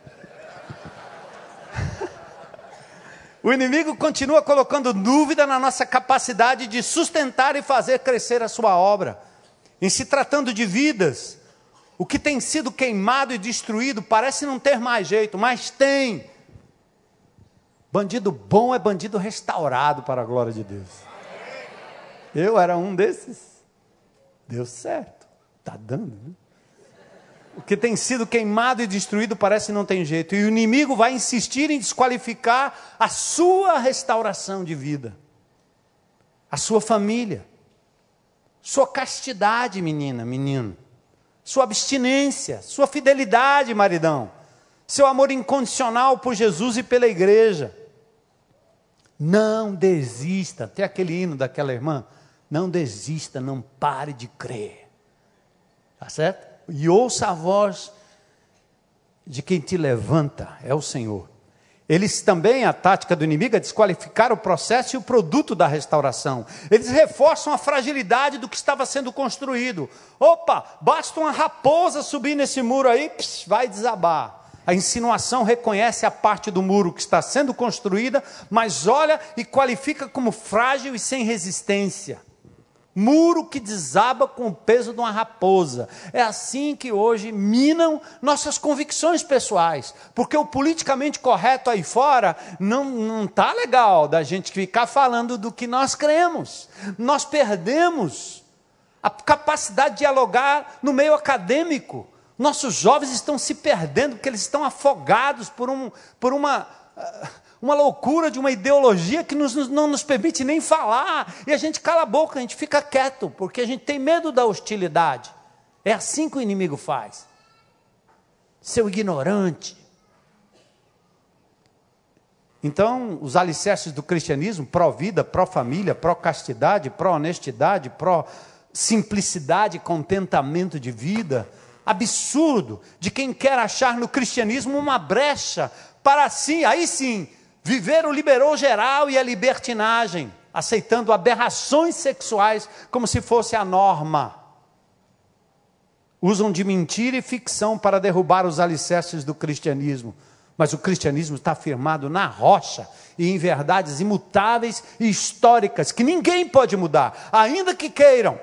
O inimigo continua colocando dúvida na nossa capacidade de sustentar e fazer crescer a sua obra. Em se tratando de vidas, o que tem sido queimado e destruído parece não ter mais jeito, mas tem. Bandido bom é bandido restaurado para a glória de Deus. Eu era um desses. Deu certo. Está dando, né? O que tem sido queimado e destruído parece não tem jeito. E o inimigo vai insistir em desqualificar a sua restauração de vida. A sua família. Sua castidade, menina, menino. Sua abstinência. Sua fidelidade, maridão. Seu amor incondicional por Jesus e pela igreja. Não desista. Tem aquele hino daquela irmã. Não desista, não pare de crer. Tá certo? E ouça a voz de quem te levanta, é o Senhor. Eles também, a tática do inimigo é desqualificar o processo e o produto da restauração. Eles reforçam a fragilidade do que estava sendo construído. Opa, basta uma raposa subir nesse muro aí, vai desabar. A insinuação reconhece a parte do muro que está sendo construída, mas olha e qualifica como frágil e sem resistência. Muro que desaba com o peso de uma raposa. É assim que hoje minam nossas convicções pessoais. Porque o politicamente correto aí fora não está legal da gente ficar falando do que nós cremos. Nós perdemos a capacidade de dialogar no meio acadêmico. Nossos jovens estão se perdendo porque eles estão afogados por uma loucura de uma ideologia que não nos permite nem falar, e a gente cala a boca, a gente fica quieto, porque a gente tem medo da hostilidade. É assim que o inimigo faz. Seu ignorante. Então, os alicerces do cristianismo, pró-vida, pró-família, pró-castidade, pró-honestidade, pró-simplicidade, contentamento de vida, absurdo, de quem quer achar no cristianismo uma brecha para assim, aí sim, viver o liberou geral e a libertinagem, aceitando aberrações sexuais como se fosse a norma. Usam de mentira e ficção para derrubar os alicerces do cristianismo. Mas o cristianismo está firmado na rocha e em verdades imutáveis e históricas que ninguém pode mudar, ainda que queiram.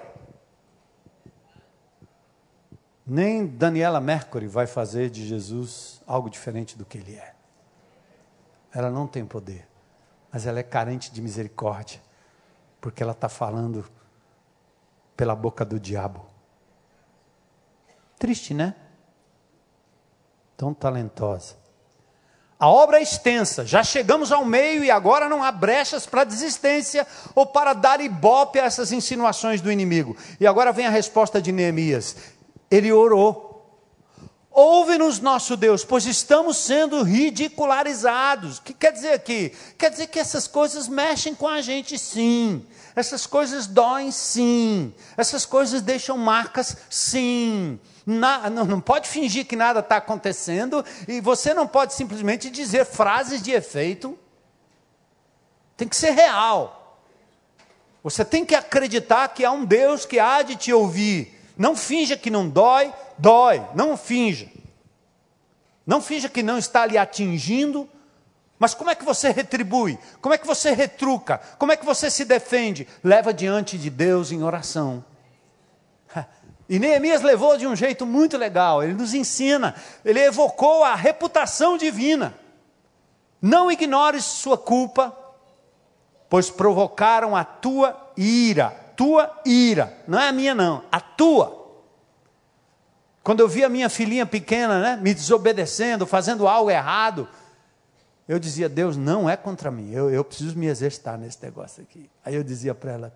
Nem Daniela Mercury vai fazer de Jesus algo diferente do que ele é. Ela não tem poder, mas ela é carente de misericórdia, porque ela está falando pela boca do diabo. Triste, né? Tão talentosa. A obra é extensa, já chegamos ao meio e agora não há brechas para desistência ou para dar ibope a essas insinuações do inimigo. E agora vem a resposta de Neemias. Ele orou. Ouve-nos, nosso Deus, pois estamos sendo ridicularizados. O que quer dizer aqui? Quer dizer que essas coisas mexem com a gente, sim. Essas coisas doem, sim. Essas coisas deixam marcas, sim. Não pode fingir que nada está acontecendo e você não pode simplesmente dizer frases de efeito. Tem que ser real. Você tem que acreditar que há um Deus que há de te ouvir. Não finja que não dói, dói. Não finja. Não finja que não está lhe atingindo. Mas como é que você retribui? Como é que você retruca? Como é que você se defende? Leva diante de Deus em oração. E Neemias levou de um jeito muito legal. Ele nos ensina. Ele evocou a reputação divina. Não ignores sua culpa, pois provocaram a tua ira. Tua ira, não é a minha não, a tua. Quando eu vi a minha filhinha pequena, né, me desobedecendo, fazendo algo errado, eu dizia, Deus, não é contra mim, eu preciso me exercitar nesse negócio aqui. Aí eu dizia para ela,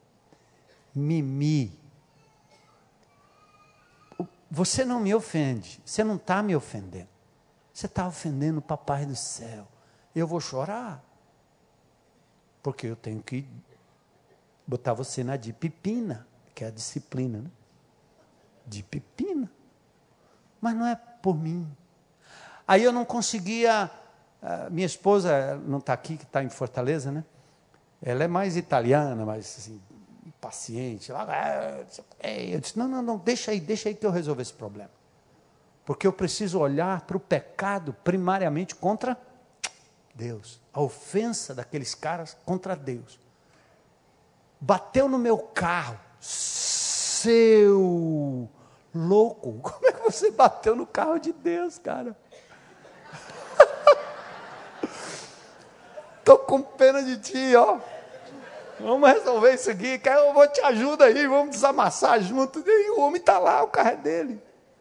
Mimi, você não me ofende, você não está me ofendendo, você está ofendendo o Papai do céu, eu vou chorar, porque eu tenho que botar você na disciplina, que é a disciplina, né? Disciplina. Mas não é por mim. Aí eu não conseguia, minha esposa não está aqui, que está em Fortaleza, né? Ela é mais italiana, mais assim, paciente. Eu disse, não, deixa aí que eu resolvo esse problema. Porque eu preciso olhar para o pecado primariamente contra Deus. A ofensa daqueles caras contra Deus. Bateu no meu carro, seu louco, como é que você bateu no carro de Deus, cara? Estou com pena de ti, ó. Vamos resolver isso aqui, eu vou te ajudar aí, vamos desamassar junto. E o homem está lá, o carro é dele.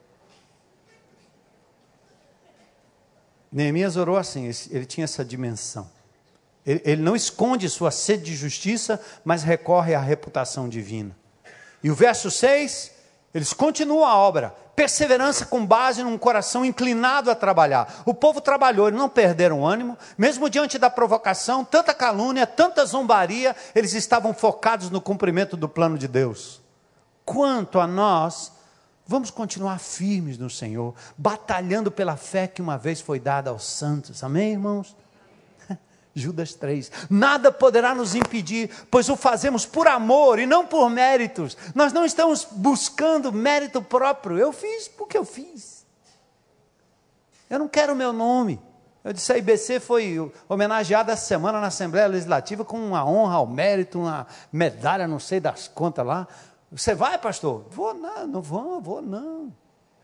Neemias orou assim, ele tinha essa dimensão. Ele não esconde sua sede de justiça, mas recorre à reputação divina. E o verso 6, eles continuam a obra. Perseverança com base num coração inclinado a trabalhar. O povo trabalhou, eles não perderam o ânimo. Mesmo diante da provocação, tanta calúnia, tanta zombaria, eles estavam focados no cumprimento do plano de Deus. Quanto a nós, vamos continuar firmes no Senhor, batalhando pela fé que uma vez foi dada aos santos. Amém, irmãos? Judas 3, nada poderá nos impedir, pois o fazemos por amor e não por méritos. Nós não estamos buscando mérito próprio. Eu fiz porque eu fiz. Eu não quero o meu nome. Eu disse, a IBC foi homenageada essa semana na Assembleia Legislativa com uma honra ao mérito, uma medalha, não sei das quantas lá. Você vai, pastor? Vou não, não vou não.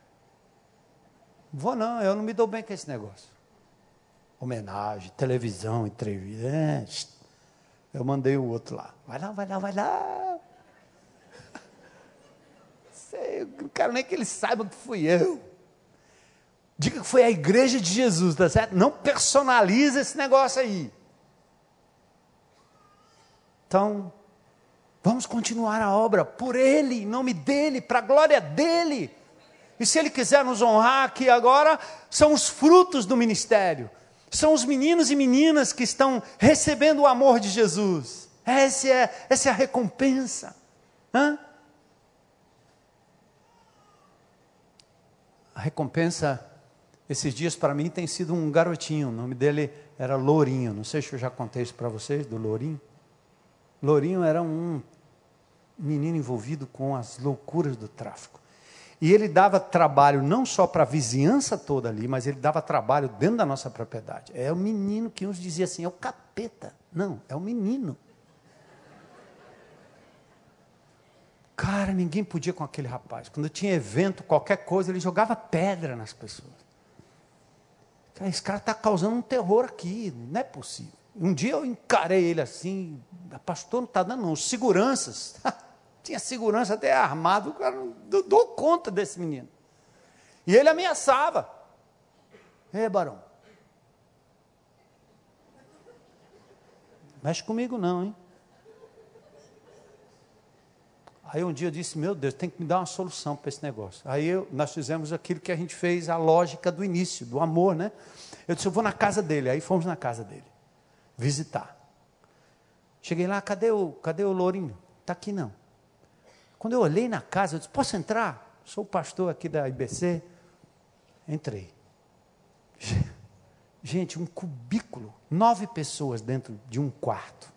Vou não, eu não me dou bem com esse negócio. Homenagem, televisão, entrevista. Eu mandei o outro lá. Vai lá. Eu não quero nem que ele saiba que fui eu. Diga que foi a igreja de Jesus, tá certo? Não personaliza esse negócio aí. Então, vamos continuar a obra por Ele, em nome dEle, para a glória dEle. E se Ele quiser nos honrar aqui agora, são os frutos do ministério. São os meninos e meninas que estão recebendo o amor de Jesus. Essa é a recompensa. A recompensa, esses dias para mim, tem sido um garotinho. O nome dele era Lourinho. Não sei se eu já contei isso para vocês, do Lourinho. Lourinho era um menino envolvido com as loucuras do tráfico. E ele dava trabalho não só para a vizinhança toda ali, mas ele dava trabalho dentro da nossa propriedade. É o menino que uns diziam assim, é o capeta. Não, é o menino. Cara, ninguém podia com aquele rapaz. Quando tinha evento, qualquer coisa, ele jogava pedra nas pessoas. Esse cara está causando um terror aqui, não é possível. Um dia eu encarei ele assim, pastor, não está dando não, os seguranças, tinha segurança até armado, o cara não dou conta desse menino. E ele ameaçava. Barão, mexe comigo não, hein? Aí um dia eu disse, meu Deus, tem que me dar uma solução para esse negócio. Aí nós fizemos aquilo que a gente fez, a lógica do início, do amor, né? Eu disse, eu vou na casa dele. Aí fomos na casa dele, visitar. Cheguei lá, cadê o Lourinho? Está aqui não. Quando eu olhei na casa, eu disse, posso entrar? Sou o pastor aqui da IBC. Entrei. Gente, um cubículo, 9 pessoas dentro de um quarto,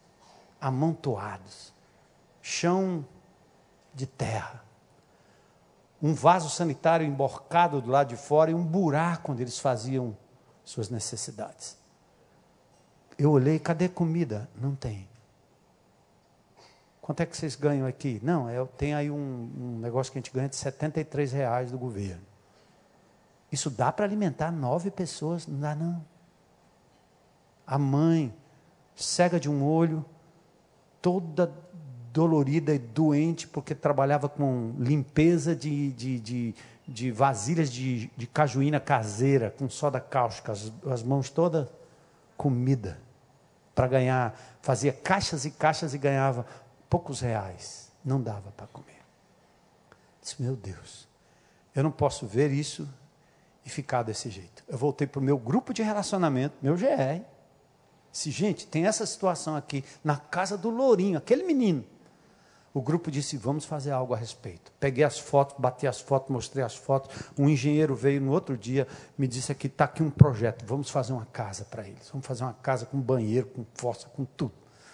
amontoados, chão de terra, um vaso sanitário emborcado do lado de fora e um buraco onde eles faziam suas necessidades. Eu olhei, cadê comida? Não tem. Quanto é que vocês ganham aqui? Não, tem aí um negócio que a gente ganha de R$73 do governo. Isso dá para alimentar 9 pessoas? Não dá não. A mãe, cega de um olho, toda dolorida e doente, porque trabalhava com limpeza de vasilhas de cajuína caseira, com soda cáustica, as mãos todas comida, para ganhar, fazia caixas e caixas e ganhava poucos reais, não dava para comer. Disse, meu Deus, eu não posso ver isso e ficar desse jeito. Eu voltei para o meu grupo de relacionamento, meu GR, disse, gente, tem essa situação aqui, na casa do Lourinho, aquele menino. O grupo disse, vamos fazer algo a respeito. Peguei as fotos, bati as fotos, mostrei as fotos. Um engenheiro veio no outro dia, me disse aqui, está aqui um projeto, vamos fazer uma casa para eles. Vamos fazer uma casa com banheiro, com fossa, com tudo.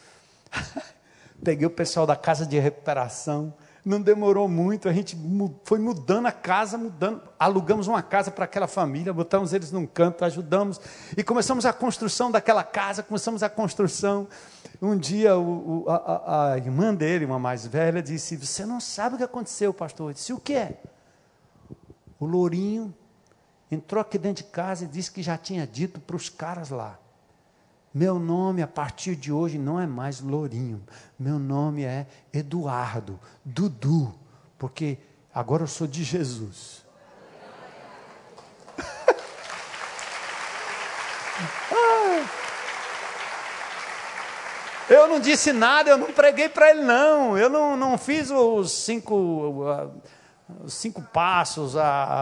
Peguei o pessoal da casa de recuperação, não demorou muito, a gente foi mudando a casa, alugamos uma casa para aquela família, botamos eles num canto, ajudamos, e começamos a construção daquela casa, começamos a construção. Um dia a irmã dele, uma mais velha, disse, você não sabe o que aconteceu, pastor? Eu disse, o que é? O Lourinho entrou aqui dentro de casa e disse que já tinha dito para os caras lá, meu nome a partir de hoje não é mais Lourinho, meu nome é Eduardo, Dudu, porque agora eu sou de Jesus. Eu não disse nada, eu não preguei para ele não, eu não fiz os 5 passos,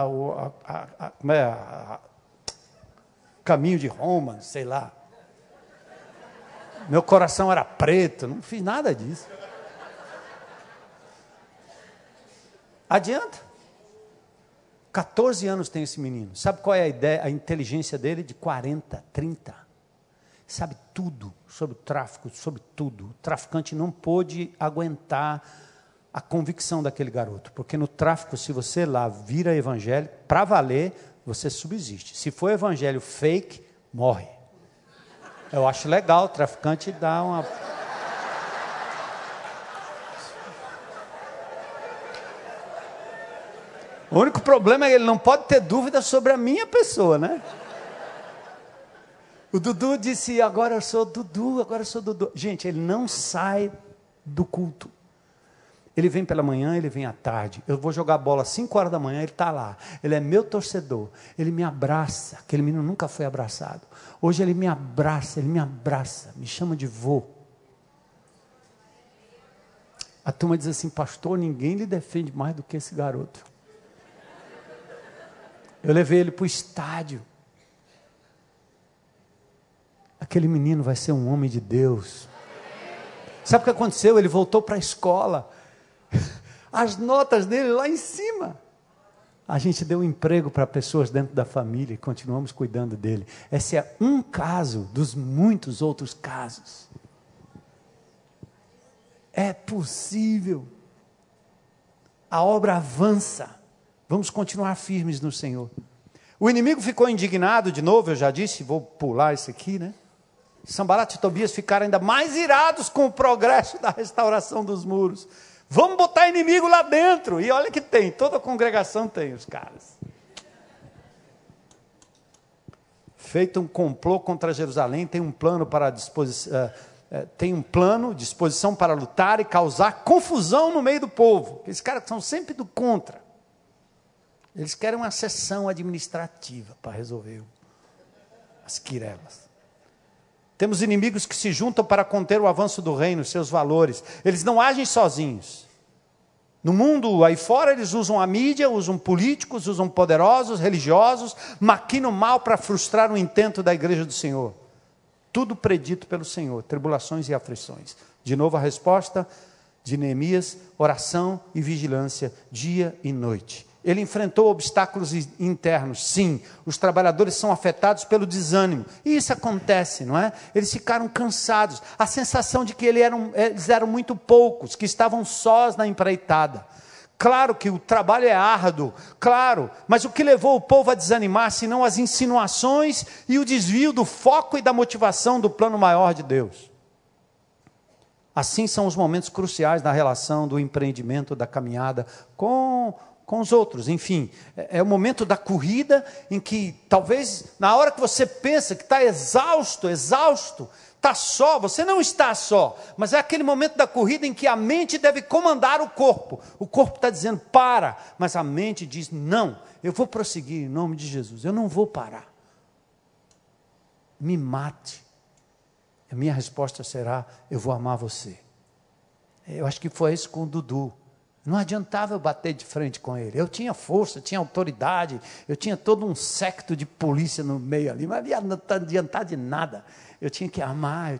caminho de Roma, sei lá. Meu coração era preto, não fiz nada disso. Adianta? 14 anos tem esse menino. Sabe qual é a ideia, a inteligência dele? De 40, 30. Sabe tudo sobre o tráfico, sobre tudo. O traficante não pôde aguentar a convicção daquele garoto. Porque no tráfico, se você lá vira evangelho, para valer, você subsiste. Se for evangelho fake, morre. Eu acho legal o traficante dar uma... O único problema é que ele não pode ter dúvida sobre a minha pessoa, né? O Dudu disse, agora eu sou Dudu, agora eu sou Dudu. Gente, ele não sai do culto. Ele vem pela manhã, ele vem à tarde. Eu vou jogar bola às 5 horas da manhã, ele está lá. Ele é meu torcedor. Ele me abraça. Aquele menino nunca foi abraçado. Hoje ele me abraça, me chama de vô. A turma diz assim, pastor, ninguém lhe defende mais do que esse garoto. Eu levei ele para o estádio. Aquele menino vai ser um homem de Deus. Sabe o que aconteceu? Ele voltou para a escola. As notas dele lá em cima. A gente deu um emprego para pessoas dentro da família e continuamos cuidando dele. Esse é um caso dos muitos outros casos. É possível. A obra avança. Vamos continuar firmes no Senhor. O inimigo ficou indignado de novo, eu já disse, vou pular isso aqui, né? Sanbalat e Tobias ficaram ainda mais irados com o progresso da restauração dos muros. Vamos botar inimigo lá dentro. E olha que tem, toda a congregação tem os caras. Feito um complô contra Jerusalém, tem um plano para disposição para lutar e causar confusão no meio do povo. Esses caras são sempre do contra. Eles querem uma sessão administrativa para resolver as quirelas. Temos inimigos que se juntam para conter o avanço do reino, seus valores. Eles não agem sozinhos. No mundo aí fora eles usam a mídia, usam políticos, usam poderosos, religiosos, maquinam mal para frustrar o intento da igreja do Senhor. Tudo predito pelo Senhor, tribulações e aflições. De novo a resposta de Neemias, oração e vigilância, dia e noite. Ele enfrentou obstáculos internos, sim. Os trabalhadores são afetados pelo desânimo. E isso acontece, não é? Eles ficaram cansados. A sensação de que eles eram muito poucos, que estavam sós na empreitada. Claro que o trabalho é árduo, claro. Mas o que levou o povo a desanimar, senão as insinuações e o desvio do foco e da motivação do plano maior de Deus. Assim são os momentos cruciais na relação do empreendimento, da caminhada com os outros, enfim, é o momento da corrida em que talvez na hora que você pensa que está exausto, está só, você não está só, mas é aquele momento da corrida em que a mente deve comandar o corpo está dizendo para, mas a mente diz não, eu vou prosseguir em nome de Jesus, eu não vou parar, me mate, a minha resposta será, eu vou amar você. Eu acho que foi isso com o Dudu. Não adiantava eu bater de frente com ele. Eu tinha força, tinha autoridade, eu tinha todo um séquito de polícia no meio ali, mas não adiantava de nada. Eu tinha que amar.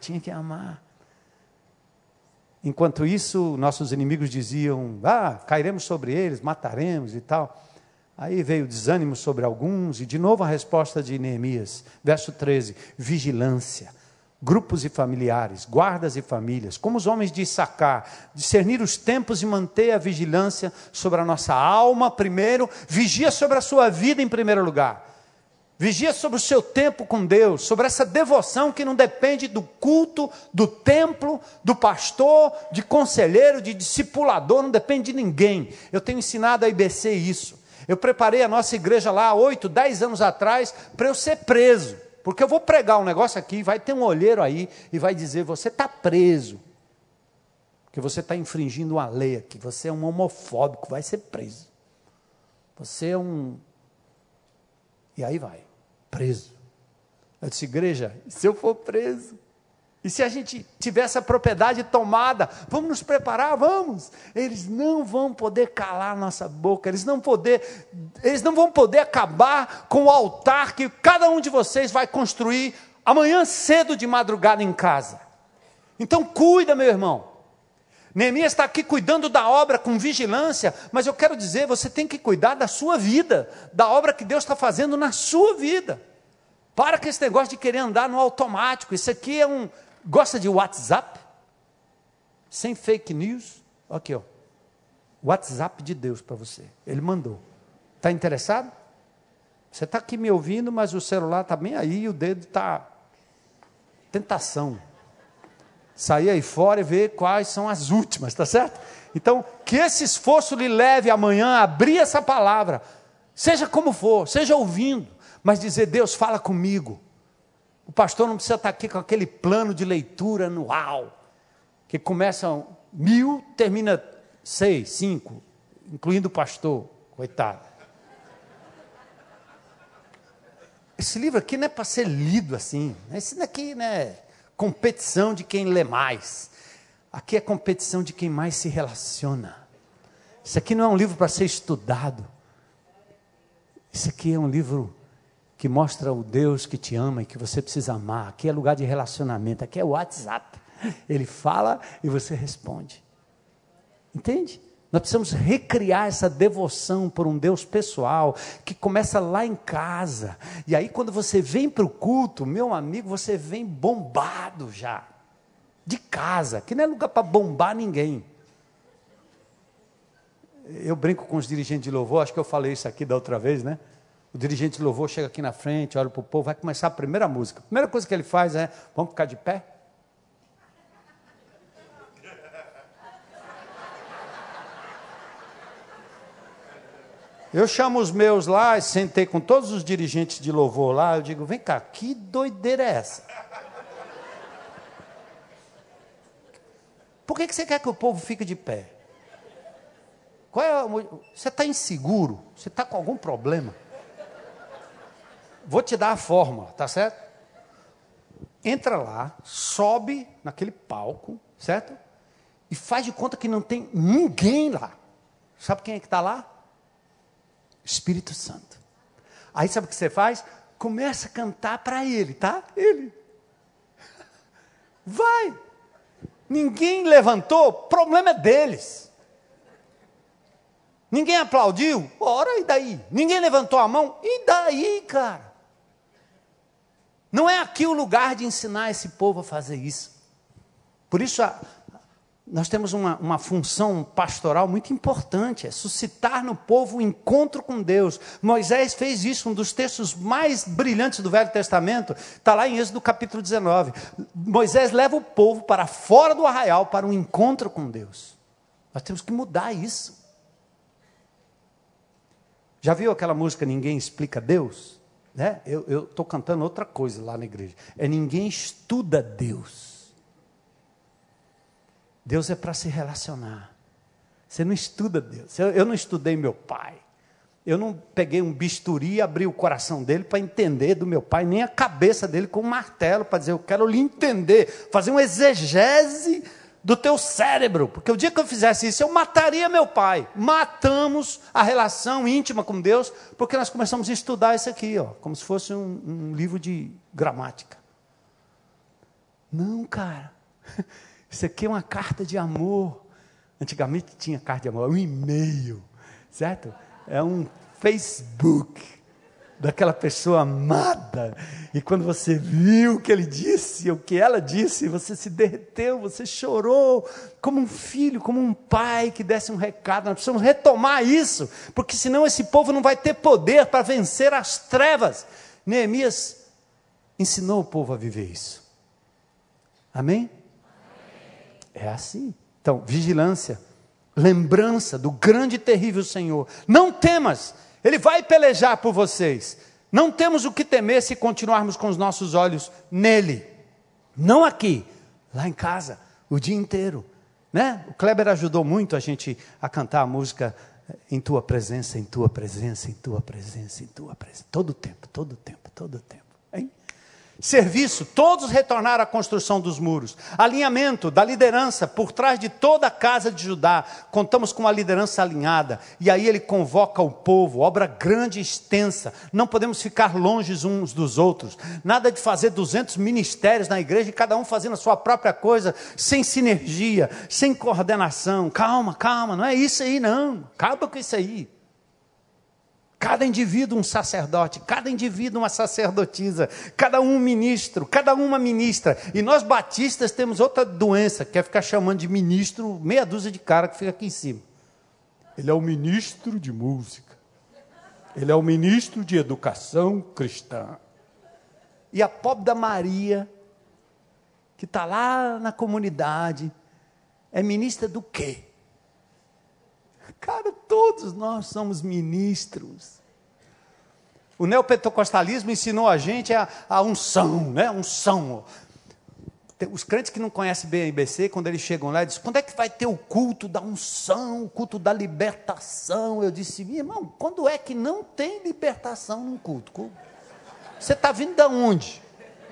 Enquanto isso, nossos inimigos diziam, cairemos sobre eles, mataremos e tal. Aí veio o desânimo sobre alguns, e de novo a resposta de Neemias, verso 13, vigilância. Grupos e familiares, guardas e famílias, como os homens de Issacar, discernir os tempos e manter a vigilância sobre a nossa alma primeiro, vigia sobre a sua vida em primeiro lugar, vigia sobre o seu tempo com Deus, sobre essa devoção que não depende do culto, do templo, do pastor, de conselheiro, de discipulador, não depende de ninguém. Eu tenho ensinado a IBC isso, eu preparei a nossa igreja lá 8, 10 anos atrás, para eu ser preso. Porque eu vou pregar um negócio aqui, vai ter um olheiro aí e vai dizer, você está preso. Porque você está infringindo uma lei aqui, você é um homofóbico, vai ser preso. Você é um... E aí vai, preso. Eu disse, igreja, e se eu for preso? E se a gente tiver essa propriedade tomada, vamos nos preparar, vamos. Eles não vão poder calar nossa boca, eles não vão poder acabar com o altar que cada um de vocês vai construir amanhã cedo de madrugada em casa. Então cuida, meu irmão. Neemias está aqui cuidando da obra com vigilância, mas eu quero dizer, você tem que cuidar da sua vida, da obra que Deus está fazendo na sua vida. Para com esse negócio de querer andar no automático. Isso aqui é gosta de WhatsApp? Sem fake news? Aqui, ó. WhatsApp de Deus para você. Ele mandou. Está interessado? Você está aqui me ouvindo, mas o celular está bem aí e o dedo está... Tentação. Sair aí fora e ver quais são as últimas, tá certo? Então, que esse esforço lhe leve amanhã a abrir essa palavra, seja como for, seja ouvindo, mas dizer, Deus, fala comigo. O pastor não precisa estar aqui com aquele plano de leitura anual, que começa 1000, termina 6, 5, incluindo o pastor, coitado. Esse livro aqui não é para ser lido assim. Esse daqui não é competição de quem lê mais. Aqui é competição de quem mais se relaciona. Isso aqui não é um livro para ser estudado. Isso aqui é um livro que mostra o Deus que te ama e que você precisa amar. Aqui é lugar de relacionamento. Aqui é o WhatsApp. Ele fala e você responde. Entende? Nós precisamos recriar essa devoção por um Deus pessoal, que começa lá em casa. E aí quando você vem para o culto, meu amigo, você vem bombado já. De casa, que não é lugar para bombar ninguém. Eu brinco com os dirigentes de louvor, acho que eu falei isso aqui da outra vez, né? O dirigente de louvor chega aqui na frente, olha para o povo, vai começar a primeira música. A primeira coisa que ele faz é, vamos ficar de pé? Eu chamo os meus lá, sentei com todos os dirigentes de louvor lá, eu digo, vem cá, que doideira é essa? Por que você quer que o povo fique de pé? Você está inseguro? Você está com algum problema? Vou te dar a forma, tá certo? Entra lá, sobe naquele palco, certo? E faz de conta que não tem ninguém lá. Sabe quem é que está lá? Espírito Santo. Aí sabe o que você faz? Começa a cantar para ele, tá? Ele. Vai. Ninguém levantou, problema é deles. Ninguém aplaudiu, ora, e daí? Ninguém levantou a mão, e daí, cara? Não é aqui o lugar de ensinar esse povo a fazer isso. Por isso, nós temos uma função pastoral muito importante, é suscitar no povo o encontro com Deus. Moisés fez isso, um dos textos mais brilhantes do Velho Testamento, está lá em Êxodo capítulo 19. Moisés leva o povo para fora do arraial, para um encontro com Deus. Nós temos que mudar isso. Já viu aquela música Ninguém Explica Deus? Né? Eu estou cantando outra coisa lá na igreja. É Ninguém Estuda Deus. Deus é para se relacionar. Você não estuda Deus. Eu não estudei meu pai. Eu não peguei um bisturi e abri o coração dele para entender do meu pai, nem a cabeça dele com um martelo, para dizer, eu quero lhe entender, fazer uma exegese do teu cérebro, porque o dia que eu fizesse isso, eu mataria meu pai. Matamos a relação íntima com Deus, porque nós começamos a estudar isso aqui, ó, como se fosse um livro de gramática. Não, cara, isso aqui é uma carta de amor. Antigamente tinha carta de amor, é um e-mail, certo? É um Facebook daquela pessoa amada, e quando você viu o que ele disse, o que ela disse, você se derreteu, você chorou, como um filho, como um pai que desse um recado. Nós precisamos retomar isso, porque senão esse povo não vai ter poder para vencer as trevas. Neemias ensinou o povo a viver isso. Amém? É assim. Então, vigilância, lembrança do grande e terrível Senhor. Não temas, Ele vai pelejar por vocês. Não temos o que temer se continuarmos com os nossos olhos nele. Não aqui, lá em casa, o dia inteiro. Né? O Kleber ajudou muito a gente a cantar a música Em Tua Presença, em Tua Presença, em Tua Presença, em Tua Presença. Todo o tempo, todo o tempo, todo o tempo. Hein? Serviço, todos retornaram à construção dos muros. Alinhamento da liderança por trás de toda a casa de Judá. Contamos com uma liderança alinhada. E aí ele convoca o povo, obra grande e extensa. Não podemos ficar longe uns dos outros. Nada de fazer 200 ministérios na igreja e cada um fazendo a sua própria coisa, sem sinergia, sem coordenação. Calma, calma, não é isso aí não. Acaba com isso aí. Cada indivíduo um sacerdote, cada indivíduo uma sacerdotisa, cada um ministro, cada uma ministra. E nós batistas temos outra doença, que é ficar chamando de ministro meia dúzia de cara que fica aqui em cima. Ele é o ministro de música. Ele é o ministro de educação cristã. E a pobre da Maria, que está lá na comunidade, é ministra do quê? Cara, todos nós somos ministros. O neopentecostalismo ensinou a gente a unção, né? Unção. Os crentes que não conhecem bem a IBC, quando eles chegam lá, dizem, quando é que vai ter o culto da unção, o culto da libertação? Eu disse, meu irmão, quando é que não tem libertação num culto? Você está vindo de onde?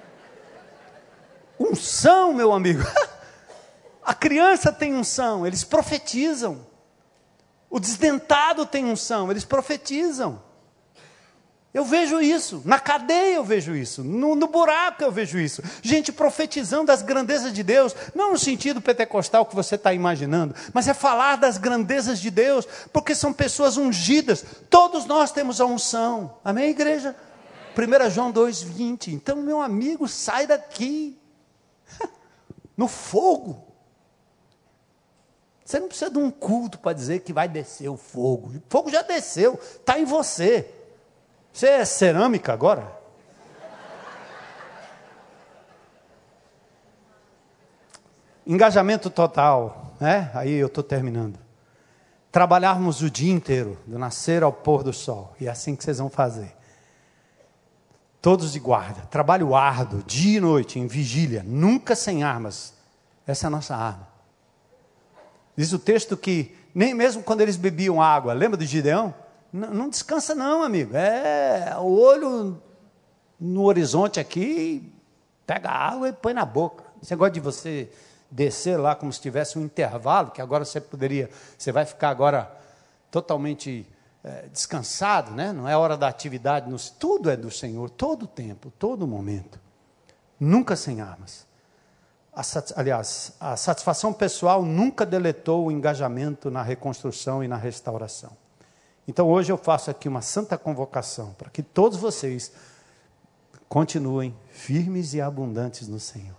Unção, meu amigo. A criança tem unção, eles profetizam. O desdentado tem unção, eles profetizam. Eu vejo isso, na cadeia eu vejo isso, no buraco eu vejo isso. Gente profetizando as grandezas de Deus, não no sentido pentecostal que você está imaginando, mas é falar das grandezas de Deus, porque são pessoas ungidas. Todos nós temos a unção, amém, igreja? 1 João 2,20. Então, meu amigo, sai daqui, no fogo. Você não precisa de um culto para dizer que vai descer o fogo já desceu, está em você. Você é cerâmica agora? Engajamento total, né? Aí eu estou terminando. Trabalharmos o dia inteiro, do nascer ao pôr do sol. E é assim que vocês vão fazer. Todos de guarda, trabalho árduo, dia e noite, em vigília, nunca sem armas. Essa é a nossa arma. Diz o texto que, nem mesmo quando eles bebiam água, lembra de Gideão? Não descansa não, amigo. O olho no horizonte aqui, pega a água e põe na boca. Esse negócio de você descer lá como se tivesse um intervalo, que agora você vai ficar agora totalmente descansado, né? Não é hora da atividade, tudo é do Senhor, todo o tempo, todo momento. Nunca sem armas. Aliás, a satisfação pessoal nunca deletou o engajamento na reconstrução e na restauração. Então, hoje eu faço aqui uma santa convocação para que todos vocês continuem firmes e abundantes no Senhor.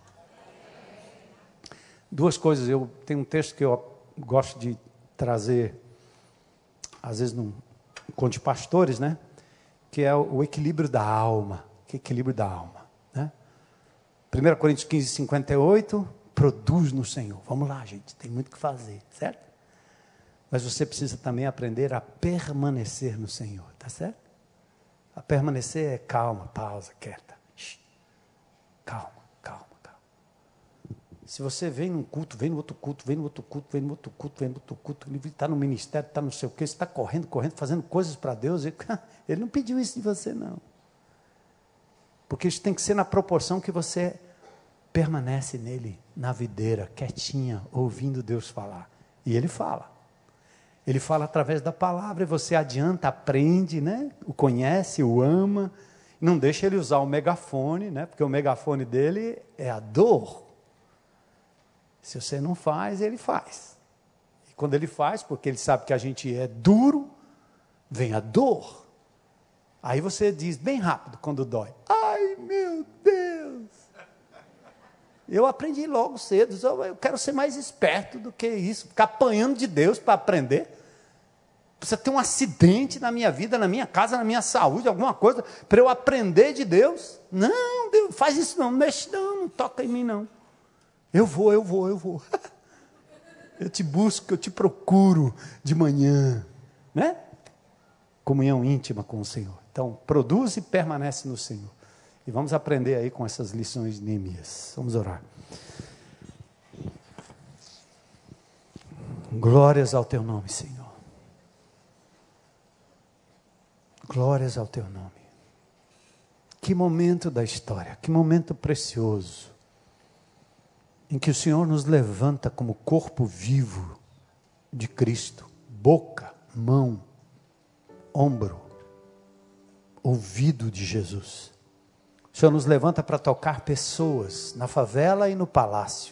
Duas coisas, eu tenho um texto que eu gosto de trazer, às vezes num encontro de pastores, né? Que é o equilíbrio da alma. Que é equilíbrio da alma, né? 1 Coríntios 15, 58, produz no Senhor. Vamos lá, gente, tem muito o que fazer, certo? Mas você precisa também aprender a permanecer no Senhor, tá certo? A permanecer é calma, pausa, quieta. Calma, calma, calma. Se você vem num culto, vem no outro culto, vem no outro culto, vem no outro culto, vem no outro culto, ele está no ministério, está não sei o quê, você está correndo, fazendo coisas para Deus, ele não pediu isso de você, não. Porque isso tem que ser na proporção que você permanece nele, na videira, quietinha, ouvindo Deus falar. E ele fala. Ele fala através da palavra, e você adianta, aprende, né? O conhece, o ama, não deixa ele usar o megafone, né? Porque o megafone dele é a dor. Se você não faz, ele faz. E quando ele faz, porque ele sabe que a gente é duro, vem a dor. Aí você diz bem rápido quando dói. Ai, meu Deus! Eu aprendi logo cedo, eu quero ser mais esperto do que isso, ficar apanhando de Deus para aprender. Precisa ter um acidente na minha vida, na minha casa, na minha saúde, alguma coisa, para eu aprender de Deus. Não, Deus, faz isso não mexe não toca em mim não. Eu vou. Eu te busco, eu te procuro de manhã, né? Comunhão íntima com o Senhor. Então, produz e permanece no Senhor. E vamos aprender aí com essas lições de Neemias. Vamos orar. Glórias ao teu nome, Senhor. Glórias ao teu nome. Que momento da história, que momento precioso, em que o Senhor nos levanta como corpo vivo de Cristo, boca, mão, ombro, ouvido de Jesus. O Senhor nos levanta para tocar pessoas na favela e no palácio,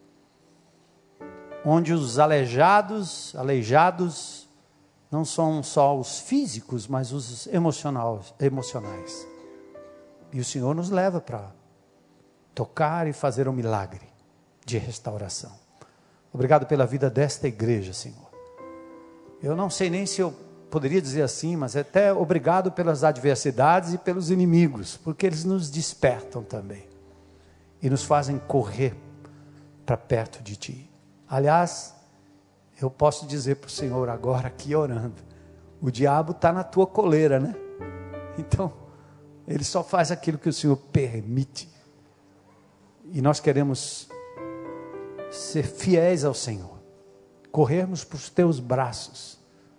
onde os aleijados não são só os físicos, mas os emocionais. E o Senhor nos leva para tocar e fazer um milagre de restauração. Obrigado pela vida desta igreja, Senhor. Eu não sei nem se eu poderia dizer assim, mas até obrigado pelas adversidades e pelos inimigos, porque eles nos despertam também e nos fazem correr para perto de Ti. Aliás, eu posso dizer para o Senhor agora aqui orando, o diabo está na tua coleira, né? Então, ele só faz aquilo que o Senhor permite. E nós queremos ser fiéis ao Senhor, corrermos para os teus braços,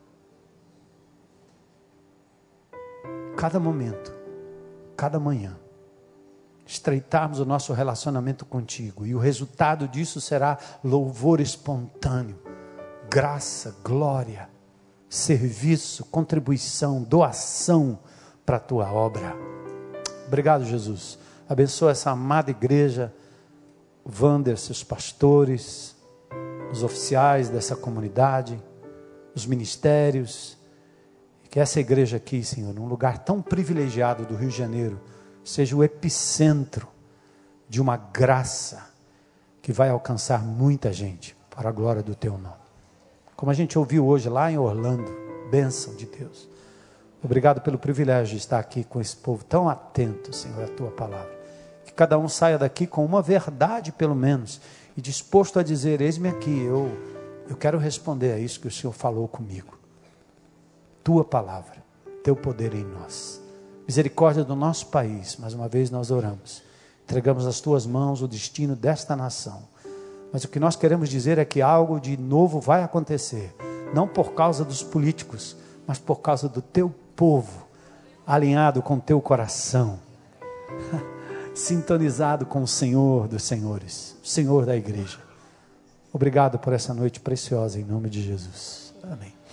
cada momento, cada manhã, estreitarmos o nosso relacionamento contigo, e o resultado disso será louvor espontâneo, graça, glória, serviço, contribuição, doação para a tua obra. Obrigado, Jesus. Abençoa essa amada igreja, Wander, seus pastores, os oficiais dessa comunidade, os ministérios. Que essa igreja aqui, Senhor, num lugar tão privilegiado do Rio de Janeiro, seja o epicentro de uma graça que vai alcançar muita gente para a glória do Teu nome. Como a gente ouviu hoje lá em Orlando, bênção de Deus. Obrigado pelo privilégio de estar aqui com esse povo tão atento, Senhor, à Tua palavra. Que cada um saia daqui com uma verdade, pelo menos, e disposto a dizer, eis-me aqui, eu quero responder a isso que o Senhor falou comigo. Tua palavra, Teu poder em nós. Misericórdia do nosso país, mais uma vez nós oramos. Entregamos às Tuas mãos o destino desta nação. Mas o que nós queremos dizer é que algo de novo vai acontecer. Não por causa dos políticos, mas por causa do Teu povo, alinhado com o Teu coração, sintonizado com o Senhor dos Senhores, o Senhor da igreja. Obrigado por essa noite preciosa, em nome de Jesus. Amém.